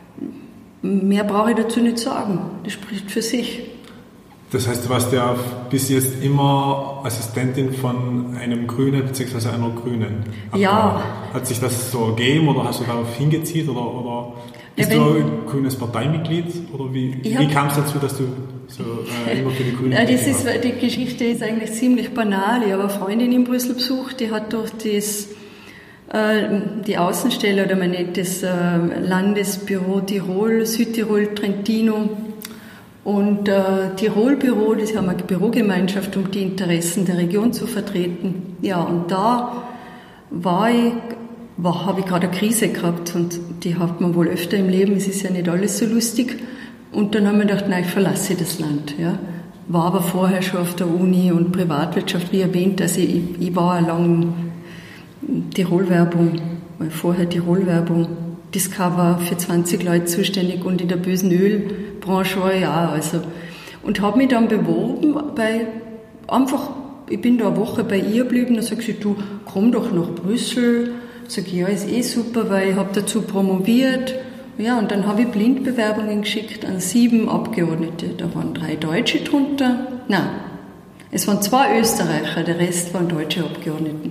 Speaker 2: mehr brauche ich dazu nicht sagen, das spricht für sich.
Speaker 1: Das heißt, du warst ja bis jetzt immer Assistentin von einem Grünen bzw. einer Grünen.
Speaker 2: Ja.
Speaker 1: Hat sich das so ergeben oder hast du darauf hingezielt oder, oder bist
Speaker 2: ja,
Speaker 1: du ein grünes Parteimitglied? Oder wie, wie kam es dazu, dass du so äh, immer für die Grünen
Speaker 2: ja, das
Speaker 1: ist,
Speaker 2: Die Geschichte ist eigentlich ziemlich banal. Ich habe eine Freundin in Brüssel besucht, die hat durch das, äh, die Außenstelle, oder man nennt das äh, Landesbüro Tirol, Südtirol, Trentino, und äh, Tirol-Büro, das haben eine Bürogemeinschaft, um die Interessen der Region zu vertreten. Ja, und da war ich, war, habe ich gerade eine Krise gehabt und die hat man wohl öfter im Leben, es ist ja nicht alles so lustig. Und dann haben wir gedacht, nein, ich verlasse das Land. Ja. War aber vorher schon auf der Uni und Privatwirtschaft, wie erwähnt, also ich, ich war lang Tirol-Werbung, vorher Tirol-Werbung, Discover für zwanzig Leute zuständig und in der bösen Ölbranche war ich auch. Also. Und habe mich dann beworben bei, einfach, ich bin da eine Woche bei ihr geblieben, dann sag ich, du, komm doch nach Brüssel. Sag ich, ja, ist eh super, weil ich habe dazu promoviert. Ja, und dann habe ich Blindbewerbungen geschickt an sieben Abgeordnete. Da waren drei Deutsche drunter. Nein, es waren zwei Österreicher, der Rest waren deutsche Abgeordneten.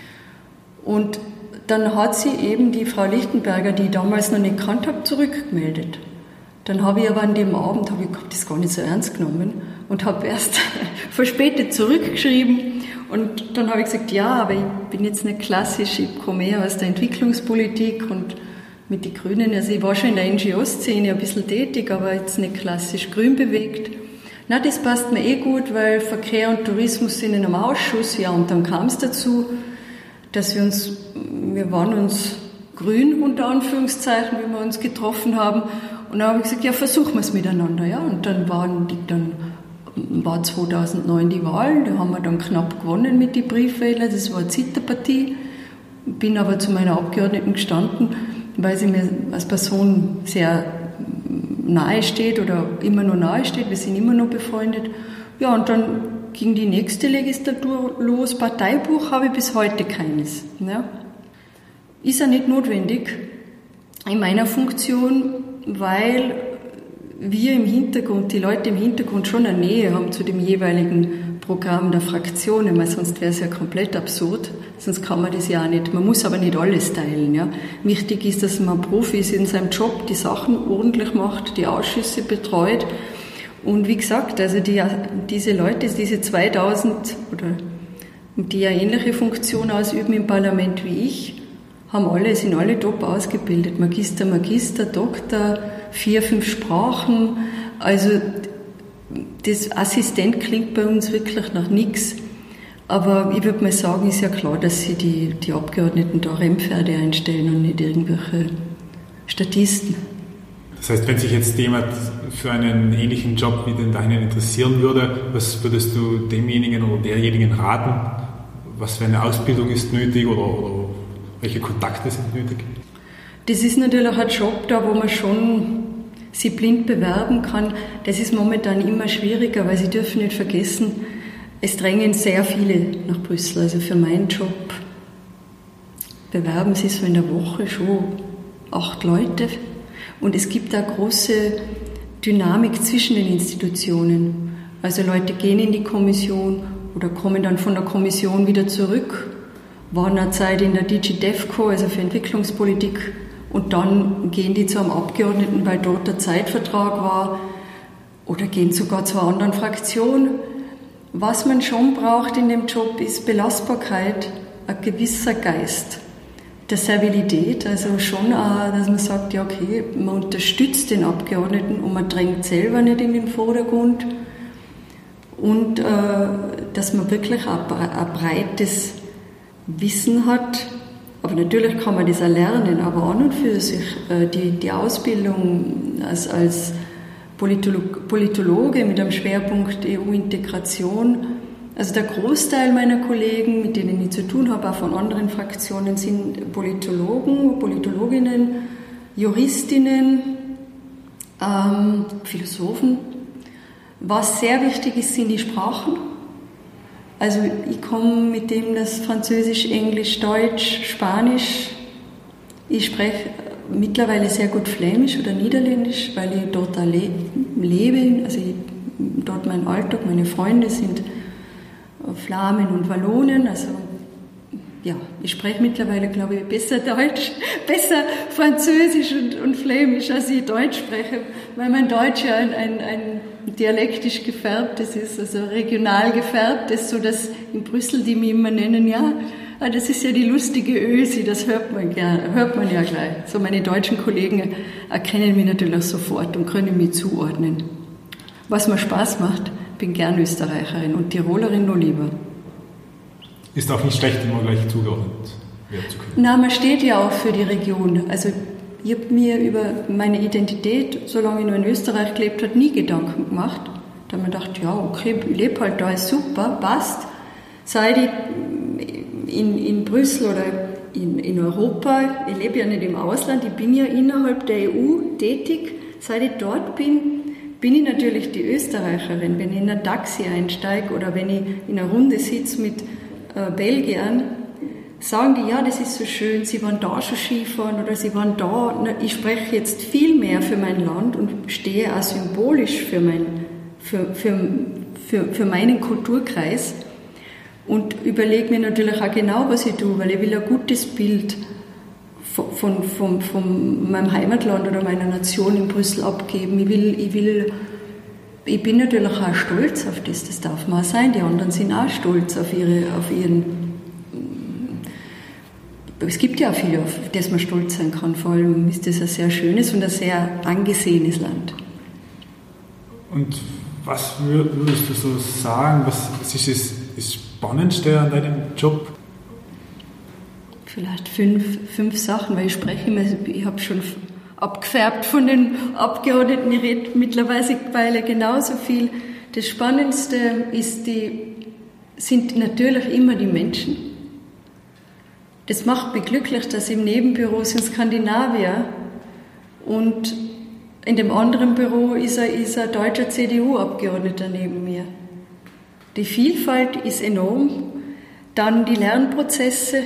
Speaker 2: Und dann hat sie eben die Frau Lichtenberger, die ich damals noch nicht gekannt habe, zurückgemeldet. Dann habe ich aber an dem Abend, habe ich das gar nicht so ernst genommen und habe erst verspätet zurückgeschrieben. Und dann habe ich gesagt, ja, aber ich bin jetzt nicht klassisch, ich komme eher aus der Entwicklungspolitik und mit den Grünen, also ich war schon in der N G O-Szene ein bisschen tätig, aber jetzt nicht klassisch grün bewegt. Na, das passt mir eh gut, weil Verkehr und Tourismus sind in einem Ausschuss, ja, und dann kam es dazu, dass wir uns, wir waren uns grün, unter Anführungszeichen, wie wir uns getroffen haben. Und dann habe ich gesagt, ja, versuchen wir es miteinander, ja. Und dann waren die, dann war zweitausendneun die Wahl, da haben wir dann knapp gewonnen mit den Briefwählern, das war eine Zitterpartie. Bin aber zu meiner Abgeordneten gestanden, weil sie mir als Person sehr nahe steht oder immer noch nahe steht, wir sind immer noch befreundet. Ja, und dann ging die nächste Legislatur los. Parteibuch habe ich bis heute keines. Ja. Ist ja nicht notwendig in meiner Funktion, weil wir im Hintergrund, die Leute im Hintergrund schon eine Nähe haben zu dem jeweiligen Programm der Fraktionen, weil sonst wäre es ja komplett absurd, sonst kann man das ja auch nicht. Man muss aber nicht alles teilen. Ja. Wichtig ist, dass man Profi ist in seinem Job, die Sachen ordentlich macht, die Ausschüsse betreut. Und wie gesagt, also die, diese Leute, diese zweitausend, oder die ja ähnliche Funktion ausüben im Parlament wie ich, haben alle, sind alle top ausgebildet. Magister, Magister, Doktor, vier, fünf Sprachen. Also das Assistent klingt bei uns wirklich nach nichts. Aber ich würde mal sagen, ist ja klar, dass sie die, die Abgeordneten da Rennpferde einstellen und nicht irgendwelche Statisten.
Speaker 1: Das heißt, wenn sich jetzt jemand für einen ähnlichen Job wie den deinen interessieren würde, was würdest du demjenigen oder derjenigen raten? Was für eine Ausbildung ist nötig oder, oder welche Kontakte sind nötig?
Speaker 2: Das ist natürlich ein Job da, wo man schon sich blind bewerben kann. Das ist momentan immer schwieriger, weil Sie dürfen nicht vergessen, es drängen sehr viele nach Brüssel. Also für meinen Job bewerben sich so in der Woche schon acht Leute. Und es gibt da große Dynamik zwischen den Institutionen. Also Leute gehen in die Kommission oder kommen dann von der Kommission wieder zurück, waren eine Zeit in der DigiDevCo, also für Entwicklungspolitik, und dann gehen die zu einem Abgeordneten, weil dort der Zeitvertrag war, oder gehen sogar zu einer anderen Fraktion. Was man schon braucht in dem Job ist Belastbarkeit, ein gewisser Geist der Servilität, also schon auch, dass man sagt, ja okay, man unterstützt den Abgeordneten und man drängt selber nicht in den Vordergrund, und äh, dass man wirklich ein, ein breites Wissen hat. Aber natürlich kann man das erlernen, aber an und für sich äh, die, die Ausbildung als, als Politolog, Politologe mit einem Schwerpunkt E U-Integration, also der Großteil meiner Kollegen, mit denen ich zu tun habe, auch von anderen Fraktionen, sind Politologen, Politologinnen, Juristinnen, ähm, Philosophen. Was sehr wichtig ist, sind die Sprachen. Also ich komme mit dem, das Französisch, Englisch, Deutsch, Spanisch. Ich spreche mittlerweile sehr gut Flämisch oder Niederländisch, weil ich dort le- lebe. Also ich, dort mein Alltag, meine Freunde sind Flamen und Wallonen. Also ja, ich spreche mittlerweile, glaube ich, besser Deutsch, besser Französisch und, und Flämisch, als ich Deutsch spreche, weil mein Deutsch ja ein, ein, ein dialektisch gefärbtes ist, also regional gefärbtes, so dass in Brüssel die mich immer nennen, ja, das ist ja die lustige Ösi, das hört man gern, hört man ja gleich. So meine deutschen Kollegen erkennen mich natürlich sofort und können mich zuordnen. Was mir Spaß macht, bin gern Österreicherin und Tirolerin noch lieber.
Speaker 1: Ist auch nicht schlecht, immer gleich zugeordnet werden zu können.
Speaker 2: Na, man steht ja auch für die Region. Also ich habe mir über meine Identität, solange ich nur in Österreich gelebt habe, nie Gedanken gemacht. Da habe ich mir gedacht, ja, okay, ich lebe halt da, ist super, passt. Seit ich in, in Brüssel oder in, in Europa, ich lebe ja nicht im Ausland, ich bin ja innerhalb der E U tätig. Seit ich dort bin, bin ich natürlich die Österreicherin. Wenn ich in ein Taxi einsteige oder wenn ich in einer Runde sitze mit äh, Belgiern, sagen die, ja, das ist so schön, sie waren da schon Skifahren oder sie waren da. Ich spreche jetzt viel mehr für mein Land und stehe auch symbolisch für, mein, für, für, für, für meinen Kulturkreis und überlege mir natürlich auch genau, was ich tue, weil ich will ein gutes Bild von, von, von, von meinem Heimatland oder meiner Nation in Brüssel abgeben. Ich will, ich will, ich bin natürlich auch stolz auf das, das darf man auch sein. Die anderen sind auch stolz auf, ihre, auf ihren. Es gibt ja auch viel, auf das man stolz sein kann. Vor allem ist das ein sehr schönes und ein sehr angesehenes Land.
Speaker 1: Und was würdest du so sagen, was, was ist das, das Spannendste an deinem Job?
Speaker 2: Vielleicht fünf, fünf Sachen, weil ich spreche immer, ich habe schon abgefärbt von den Abgeordneten, ich rede mittlerweile genauso viel. Das Spannendste ist die, sind natürlich immer die Menschen. Das macht mich glücklich, dass im Nebenbüro sind Skandinavier und in dem anderen Büro ist ein, ist ein deutscher C D U-Abgeordneter neben mir. Die Vielfalt ist enorm. Dann die Lernprozesse,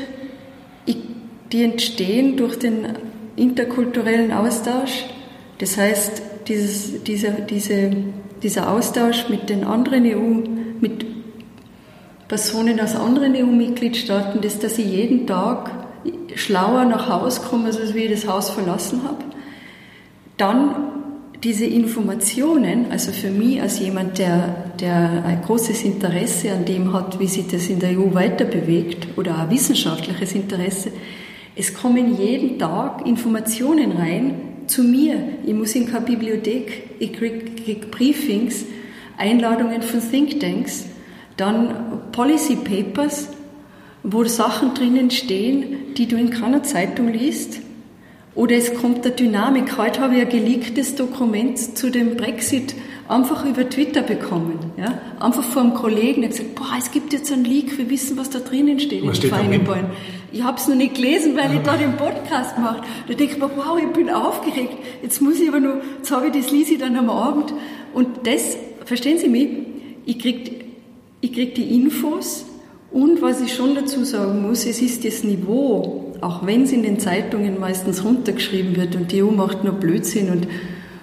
Speaker 2: die entstehen durch den interkulturellen Austausch. Das heißt, dieses, dieser, diese, dieser Austausch mit den anderen E U, mit Personen aus anderen E U-Mitgliedstaaten, das, dass ich jeden Tag schlauer nach Hause komme, als wie ich das Haus verlassen habe. Dann diese Informationen, also für mich als jemand, der, der ein großes Interesse an dem hat, wie sich das in der E U weiter bewegt, oder ein wissenschaftliches Interesse, es kommen jeden Tag Informationen rein zu mir. Ich muss in keine Bibliothek, ich kriege krieg Briefings, Einladungen von Thinktanks, dann Policy Papers, wo Sachen drinnen stehen, die du in keiner Zeitung liest. Oder es kommt der Dynamik. Heute habe ich ein geleaktes Dokument zu dem Brexit einfach über Twitter bekommen. Ja? Einfach von einem Kollegen, der hat gesagt, boah, es gibt jetzt einen Leak, wir wissen, was da drinnen steht
Speaker 1: was
Speaker 2: in den Vereinbarungen. Ich habe es noch nicht gelesen, weil ich da den Podcast mache. Da denke ich mir, wow, ich bin aufgeregt. Jetzt muss ich aber nur, jetzt habe ich das, lese ich dann am Abend. Und das, verstehen Sie mich, ich kriege ich krieg die Infos. Und was ich schon dazu sagen muss, es ist das Niveau, auch wenn es in den Zeitungen meistens runtergeschrieben wird und die E U macht nur Blödsinn und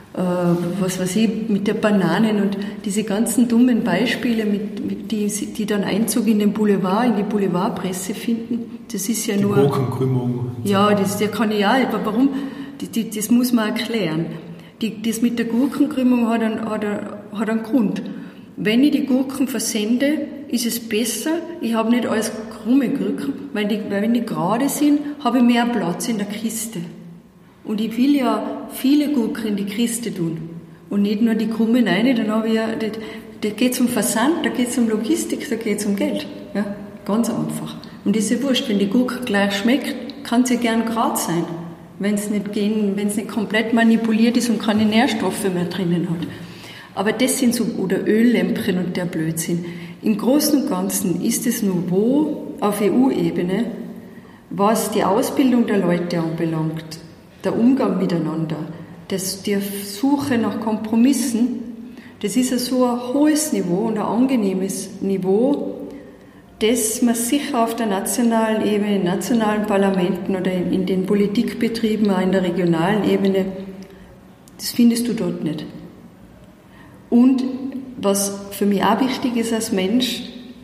Speaker 2: äh, was weiß ich, mit der Bananen und diese ganzen dummen Beispiele, mit, mit die, die dann Einzug in den Boulevard, in die Boulevardpresse finden, das ist ja
Speaker 1: die
Speaker 2: nur...
Speaker 1: Die Gurkenkrümmung.
Speaker 2: Ja, das der kann ich auch, aber warum? Die, die, das muss man erklären. Die, das mit der Gurkenkrümmung hat einen, hat, einen, hat einen Grund. Wenn ich die Gurken versende, ist es besser, ich habe nicht alles krumme Gurken, weil, die, weil wenn die gerade sind, habe ich mehr Platz in der Kiste. Und ich will ja viele Gurken in die Kiste tun und nicht nur die krummen rein, dann habe ich ja, da, da geht es um Versand, da geht es um Logistik, da geht es um Geld. Ja, ganz einfach. Und das ist ja wurscht, wenn die Gurke gleich schmeckt, kann sie ja gern gerade sein, wenn es nicht, gehen, wenn es nicht komplett manipuliert ist und keine Nährstoffe mehr drinnen hat. Aber das sind so, oder Öllämpchen und der Blödsinn. Im Großen und Ganzen ist das Niveau auf E U-Ebene, was die Ausbildung der Leute anbelangt, der Umgang miteinander, das, die Suche nach Kompromissen, das ist ja so ein hohes Niveau und ein angenehmes Niveau, das man sicher auf der nationalen Ebene, in nationalen Parlamenten oder in, in den Politikbetrieben, auch in der regionalen Ebene, das findest du dort nicht. Und was für mich auch wichtig ist als Mensch,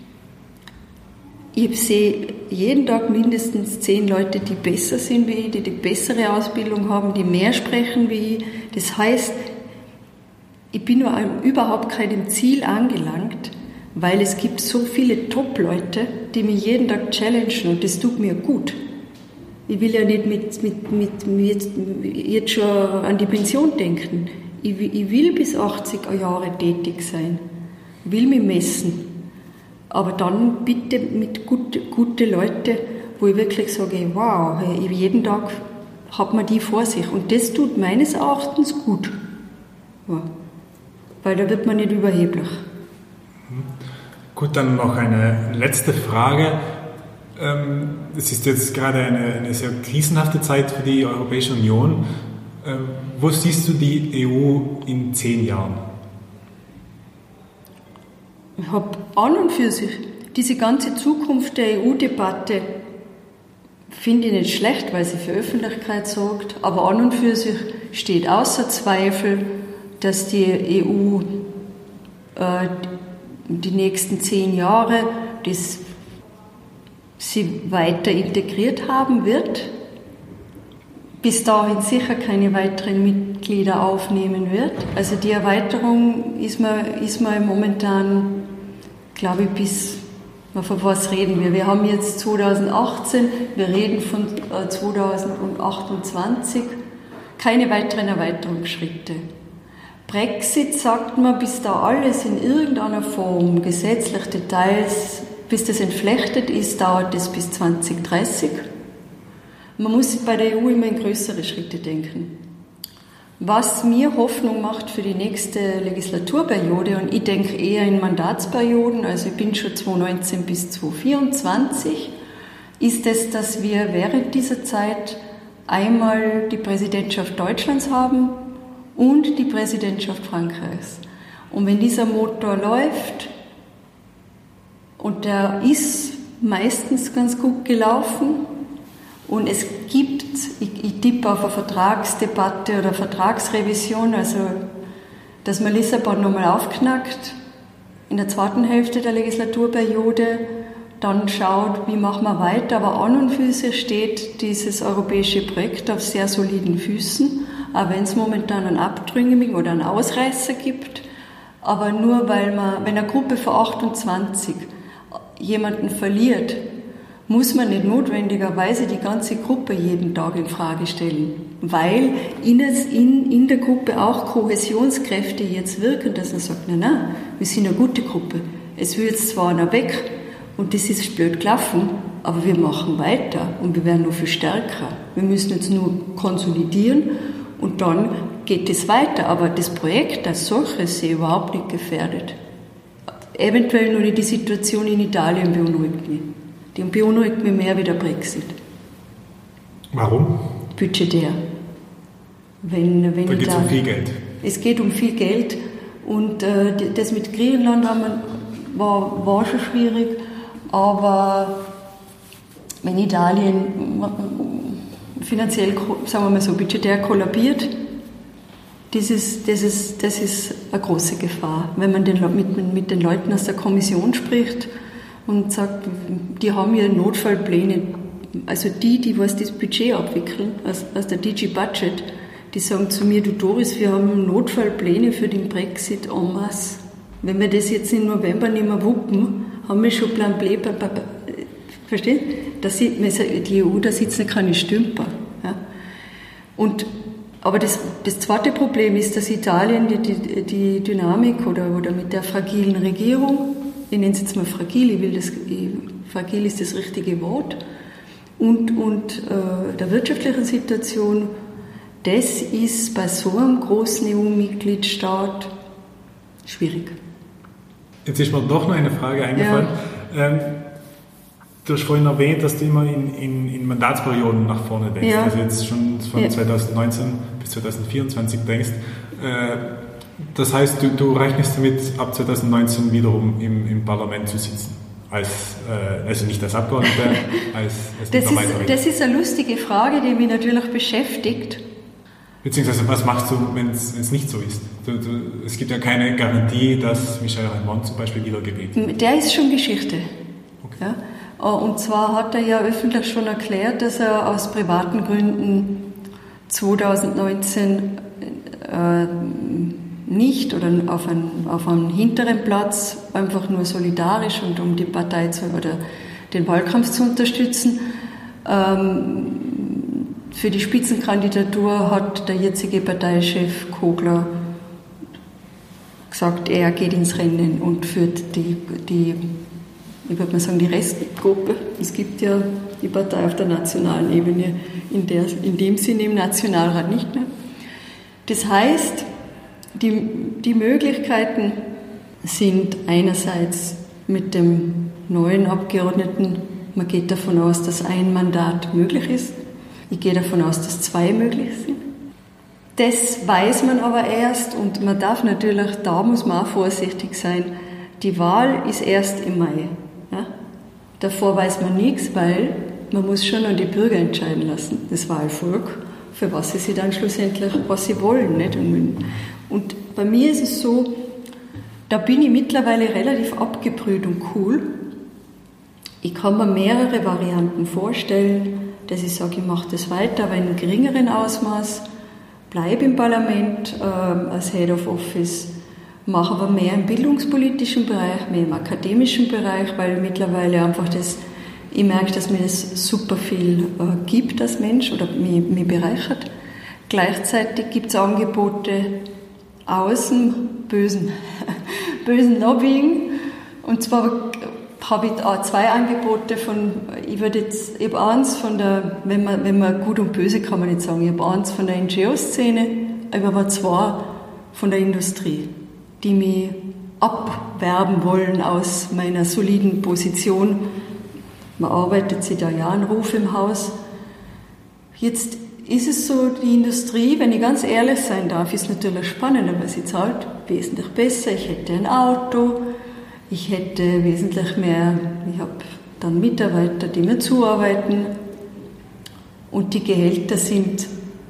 Speaker 2: ich sehe jeden Tag mindestens zehn Leute, die besser sind wie ich, die die bessere Ausbildung haben, die mehr sprechen wie ich. Das heißt, ich bin nur überhaupt keinem Ziel angelangt, weil es gibt so viele Top-Leute, die mich jeden Tag challengen und das tut mir gut. Ich will ja nicht mit, mit, mit, mit jetzt schon an die Pension denken. Ich, ich will bis achtzig Jahre tätig sein, will mich messen. Aber dann bitte mit gute, gute Leute, wo ich wirklich sage, wow, hey, jeden Tag hat man die vor sich. Und das tut meines Erachtens gut. Ja. Weil da wird man nicht überheblich.
Speaker 1: Gut, dann noch eine letzte Frage. Es ist jetzt gerade eine, eine sehr krisenhafte Zeit für die Europäische Union. Wo siehst du die E U in zehn Jahren?
Speaker 2: Ich habe an und für sich diese ganze Zukunft der E U-Debatte finde ich nicht schlecht, weil sie für Öffentlichkeit sorgt, aber an und für sich steht außer Zweifel, dass die E U äh, die nächsten zehn Jahre das sie weiter integriert haben wird, bis dahin sicher keine weiteren Mitglieder aufnehmen wird. Also die Erweiterung ist man, ist man momentan, glaube ich, bis, von was reden wir? Wir haben jetzt zweitausendachtzehn, wir reden von zweitausendachtundzwanzig, keine weiteren Erweiterungsschritte. Brexit, sagt man, bis da alles in irgendeiner Form, gesetzlich Details, bis das entflechtet ist, dauert es bis zwanzig dreißig. Man muss bei der E U immer in größere Schritte denken. Was mir Hoffnung macht für die nächste Legislaturperiode, und ich denke eher in Mandatsperioden, also ich bin schon zweitausendneunzehn bis zweitausendvierundzwanzig, ist es, dass wir während dieser Zeit einmal die Präsidentschaft Deutschlands haben und die Präsidentschaft Frankreichs. Und wenn dieser Motor läuft, und der ist meistens ganz gut gelaufen, und es gibt, ich, ich tippe auf eine Vertragsdebatte oder Vertragsrevision, also dass man Lissabon nochmal aufknackt in der zweiten Hälfte der Legislaturperiode, dann schaut, wie machen wir weiter. Aber an und für sich steht dieses europäische Projekt auf sehr soliden Füßen, auch wenn es momentan einen Abtrünnigen oder einen Ausreißer gibt. Aber nur weil man, wenn eine Gruppe von achtundzwanzig jemanden verliert, muss man nicht notwendigerweise die ganze Gruppe jeden Tag in Frage stellen, weil in, in, in der Gruppe auch Kohäsionskräfte jetzt wirken, dass man sagt, nein, nein, wir sind eine gute Gruppe. Es will jetzt zwar einer weg und das ist blöd gelaufen, aber wir machen weiter und wir werden noch viel stärker. Wir müssen jetzt nur konsolidieren und dann geht es weiter, aber das Projekt als solches ist überhaupt nicht gefährdet. Eventuell nur die Situation in Italien beunruhigt mich. Die beunruhigt mich mehr wie der Brexit.
Speaker 1: Warum?
Speaker 2: Budgetär. Wenn, wenn
Speaker 1: da geht es um viel Geld.
Speaker 2: Es geht um viel Geld und äh, das mit Griechenland haben wir, war, war schon schwierig, aber wenn Italien finanziell, sagen wir mal so, budgetär kollabiert, Das ist, das, ist, das ist eine große Gefahr, wenn man den, mit, mit den Leuten aus der Kommission spricht und sagt, die haben ja Notfallpläne. Also die, die was das Budget abwickeln, aus, aus der D G Budget, die sagen zu mir, du Doris, wir haben Notfallpläne für den Brexit en masse. Wenn wir das jetzt im November nicht mehr wuppen, haben wir schon Plan B. Versteht? Da sieht man, die E U, da sitzen keine Stümper. Ja? Und Aber das, das zweite Problem ist, dass Italien die, die, die Dynamik oder, oder mit der fragilen Regierung, ich nenne es jetzt mal fragil, ich will das, ich, fragil ist das richtige Wort, und, und äh, der wirtschaftlichen Situation, das ist bei so einem großen E U-Mitgliedstaat schwierig.
Speaker 1: Jetzt ist mir doch noch eine Frage eingefallen. Ja. Ähm, Du hast vorhin erwähnt, dass du immer in, in, in Mandatsperioden nach vorne denkst, ja. Also jetzt schon von ja. zwanzig neunzehn bis zwanzig vierundzwanzig denkst. Äh, das heißt, du, du rechnest damit, ab zwanzig neunzehn wiederum im, im Parlament zu sitzen. Als, äh, also nicht als Abgeordneter, als, als
Speaker 2: das ist, das ist eine lustige Frage, die mich natürlich beschäftigt.
Speaker 1: Beziehungsweise, was machst du, wenn es nicht so ist? Du, du, es gibt ja keine Garantie, dass Michel Raymond zum Beispiel wiedergewählt wird.
Speaker 2: Der ist schon Geschichte. Okay. Ja? Und zwar hat er ja öffentlich schon erklärt, dass er aus privaten Gründen zwanzig neunzehn äh, nicht oder auf, ein, auf einem hinteren Platz, einfach nur solidarisch und um die Partei zu, oder den Wahlkampf zu unterstützen. Ähm, für die Spitzenkandidatur hat der jetzige Parteichef Kogler gesagt, er geht ins Rennen und führt die, die ich würde mal sagen, die Restgruppe. Es gibt ja die Partei auf der nationalen Ebene, in, der, in dem Sinne im Nationalrat nicht mehr. Das heißt, die, die Möglichkeiten sind einerseits mit dem neuen Abgeordneten, man geht davon aus, dass ein Mandat möglich ist. Ich gehe davon aus, dass zwei möglich sind. Das weiß man aber erst und man darf natürlich, da muss man auch vorsichtig sein, die Wahl ist erst im Mai. Ja? Davor weiß man nichts, weil man muss schon an die Bürger entscheiden lassen, das Wahlvolk, für was sie sich dann schlussendlich, was sie wollen. Nicht? Und, und bei mir ist es so, da bin ich mittlerweile relativ abgebrüht und cool. Ich kann mir mehrere Varianten vorstellen, dass ich sage, ich mache das weiter, aber in einem geringeren Ausmaß, bleibe im Parlament äh, als Head of Office, mache aber mehr im bildungspolitischen Bereich, mehr im akademischen Bereich, weil mittlerweile einfach das, ich merke, dass mir das super viel äh, gibt als Mensch oder mich, mich bereichert. Gleichzeitig gibt es Angebote aus dem bösen, bösen Lobbying. Und zwar habe ich auch zwei Angebote von, ich würde jetzt, ich habe eins von der, wenn man, wenn man gut und böse kann man nicht sagen, ich habe eins von der N G O-Szene, ich habe aber zwei von der Industrie, die mich abwerben wollen aus meiner soliden Position. Man arbeitet seit Jahren Ruf im Haus. Jetzt ist es so, die Industrie, wenn ich ganz ehrlich sein darf, ist natürlich spannend, aber sie zahlt wesentlich besser. Ich hätte ein Auto, ich hätte wesentlich mehr, ich habe dann Mitarbeiter, die mir zuarbeiten und die Gehälter sind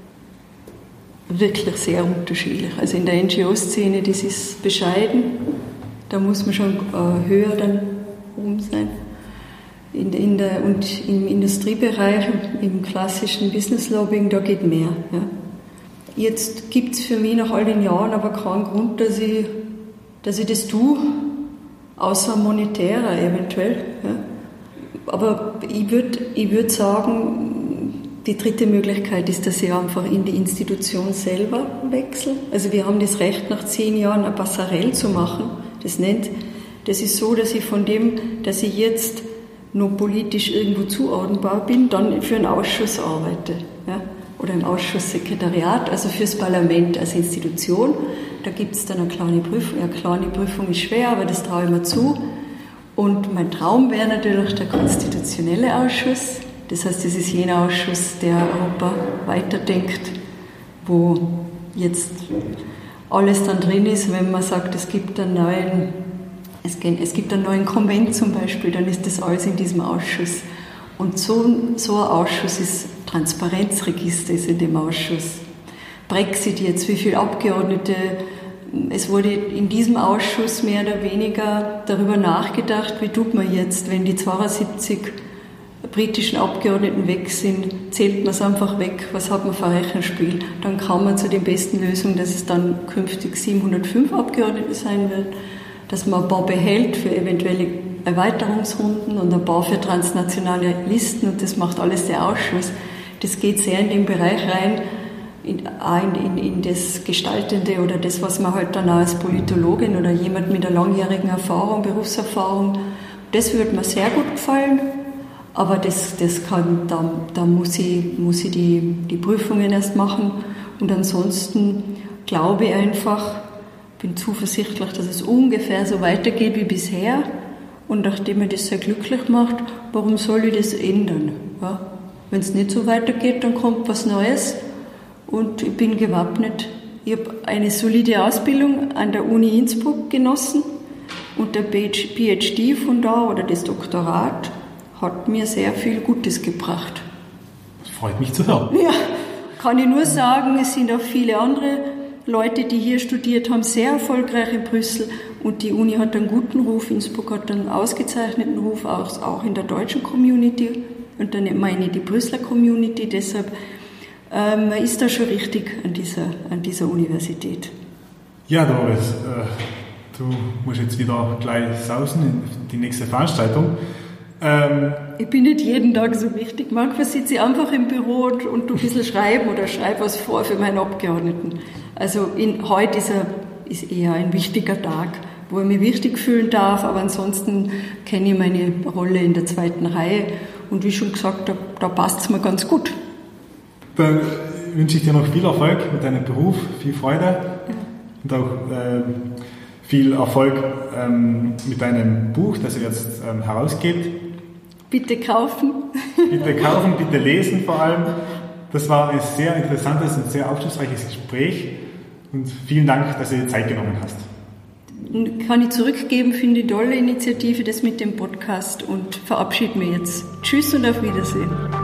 Speaker 2: wirklich sehr unterschiedlich. Also in der N G O-Szene, das ist bescheiden, da muss man schon äh, höher dann oben sein. In, in der, und im Industriebereich, im klassischen Business Lobbying, da geht mehr. Ja. Jetzt gibt es für mich nach all den Jahren aber keinen Grund, dass ich, dass ich das tue, außer monetärer eventuell. Ja. Aber ich würde ich würd sagen, die dritte Möglichkeit ist, dass ich einfach in die Institution selber wechsle. Also wir haben das Recht, nach zehn Jahren eine Passerelle zu machen. Das nennt, das ist so, dass ich von dem, dass ich jetzt noch politisch irgendwo zuordnenbar bin, dann für einen Ausschuss arbeite. Ja? Oder im Ausschusssekretariat, also fürs Parlament als Institution. Da gibt es dann eine kleine Prüfung. Eine kleine Prüfung ist schwer, aber das traue ich mir zu. Und mein Traum wäre natürlich der konstitutionelle Ausschuss. Das heißt, es ist jener Ausschuss, der Europa weiterdenkt, wo jetzt alles dann drin ist. Wenn man sagt, es gibt einen neuen, es gibt einen neuen Konvent zum Beispiel, dann ist das alles in diesem Ausschuss. Und so, so ein Ausschuss ist, Transparenzregister ist in dem Ausschuss. Brexit jetzt, wie viele Abgeordnete. Es wurde in diesem Ausschuss mehr oder weniger darüber nachgedacht, wie tut man jetzt, wenn die zweiundsiebzig britischen Abgeordneten weg sind, zählt man es einfach weg, was hat man für ein Rechenspiel. Dann kam man zu den besten Lösungen, dass es dann künftig siebenhundertfünf Abgeordnete sein wird, dass man ein paar behält für eventuelle Erweiterungsrunden und ein paar für transnationale Listen, und das macht alles der Ausschuss. Das geht sehr in den Bereich rein, in, in, in das Gestaltende oder das, was man halt dann auch als Politologin oder jemand mit einer langjährigen Erfahrung, Berufserfahrung, das würde mir sehr gut gefallen. Aber das, das kann, da, da muss ich, muss ich die, die Prüfungen erst machen. Und ansonsten glaube ich einfach, bin zuversichtlich, dass es ungefähr so weitergeht wie bisher. Und nachdem mir das sehr glücklich macht, warum soll ich das ändern? Ja? Wenn es nicht so weitergeht, dann kommt was Neues. Und ich bin gewappnet. Ich habe eine solide Ausbildung an der Uni Innsbruck genossen. Und der P H D von da oder das Doktorat hat mir sehr viel Gutes gebracht.
Speaker 1: Das freut mich zu hören.
Speaker 2: Ja, kann ich nur sagen, es sind auch viele andere Leute, die hier studiert haben, sehr erfolgreich in Brüssel, und die Uni hat einen guten Ruf, Innsbruck hat einen ausgezeichneten Ruf, auch, auch in der deutschen Community, und dann meine ich die Brüsseler Community, deshalb ähm, man ist da schon richtig an dieser, an dieser Universität.
Speaker 1: Ja, Doris, äh, du musst jetzt wieder gleich sausen in die nächste Veranstaltung. Ähm,
Speaker 2: ich bin nicht jeden Tag so wichtig. Manchmal sitze ich einfach im Büro und, und ein bisschen schreiben oder schreibe was vor für meine Abgeordneten. Also in, heute ist, er, ist eher ein wichtiger Tag, wo ich mich wichtig fühlen darf, aber ansonsten kenne ich meine Rolle in der zweiten Reihe, und wie schon gesagt, da, da passt es mir ganz gut.
Speaker 1: Dann wünsche ich dir noch viel Erfolg mit deinem Beruf, viel Freude, ja, und auch äh, viel Erfolg ähm, mit deinem Buch, das ihr jetzt ähm, herausgebt.
Speaker 2: Bitte kaufen.
Speaker 1: Bitte kaufen, bitte lesen vor allem. Das war ein sehr interessantes und sehr aufschlussreiches Gespräch, und vielen Dank, dass du dir Zeit genommen hast.
Speaker 2: Kann ich zurückgeben, finde ich tolle Initiative, das mit dem Podcast, und verabschiede mich jetzt. Tschüss und auf Wiedersehen.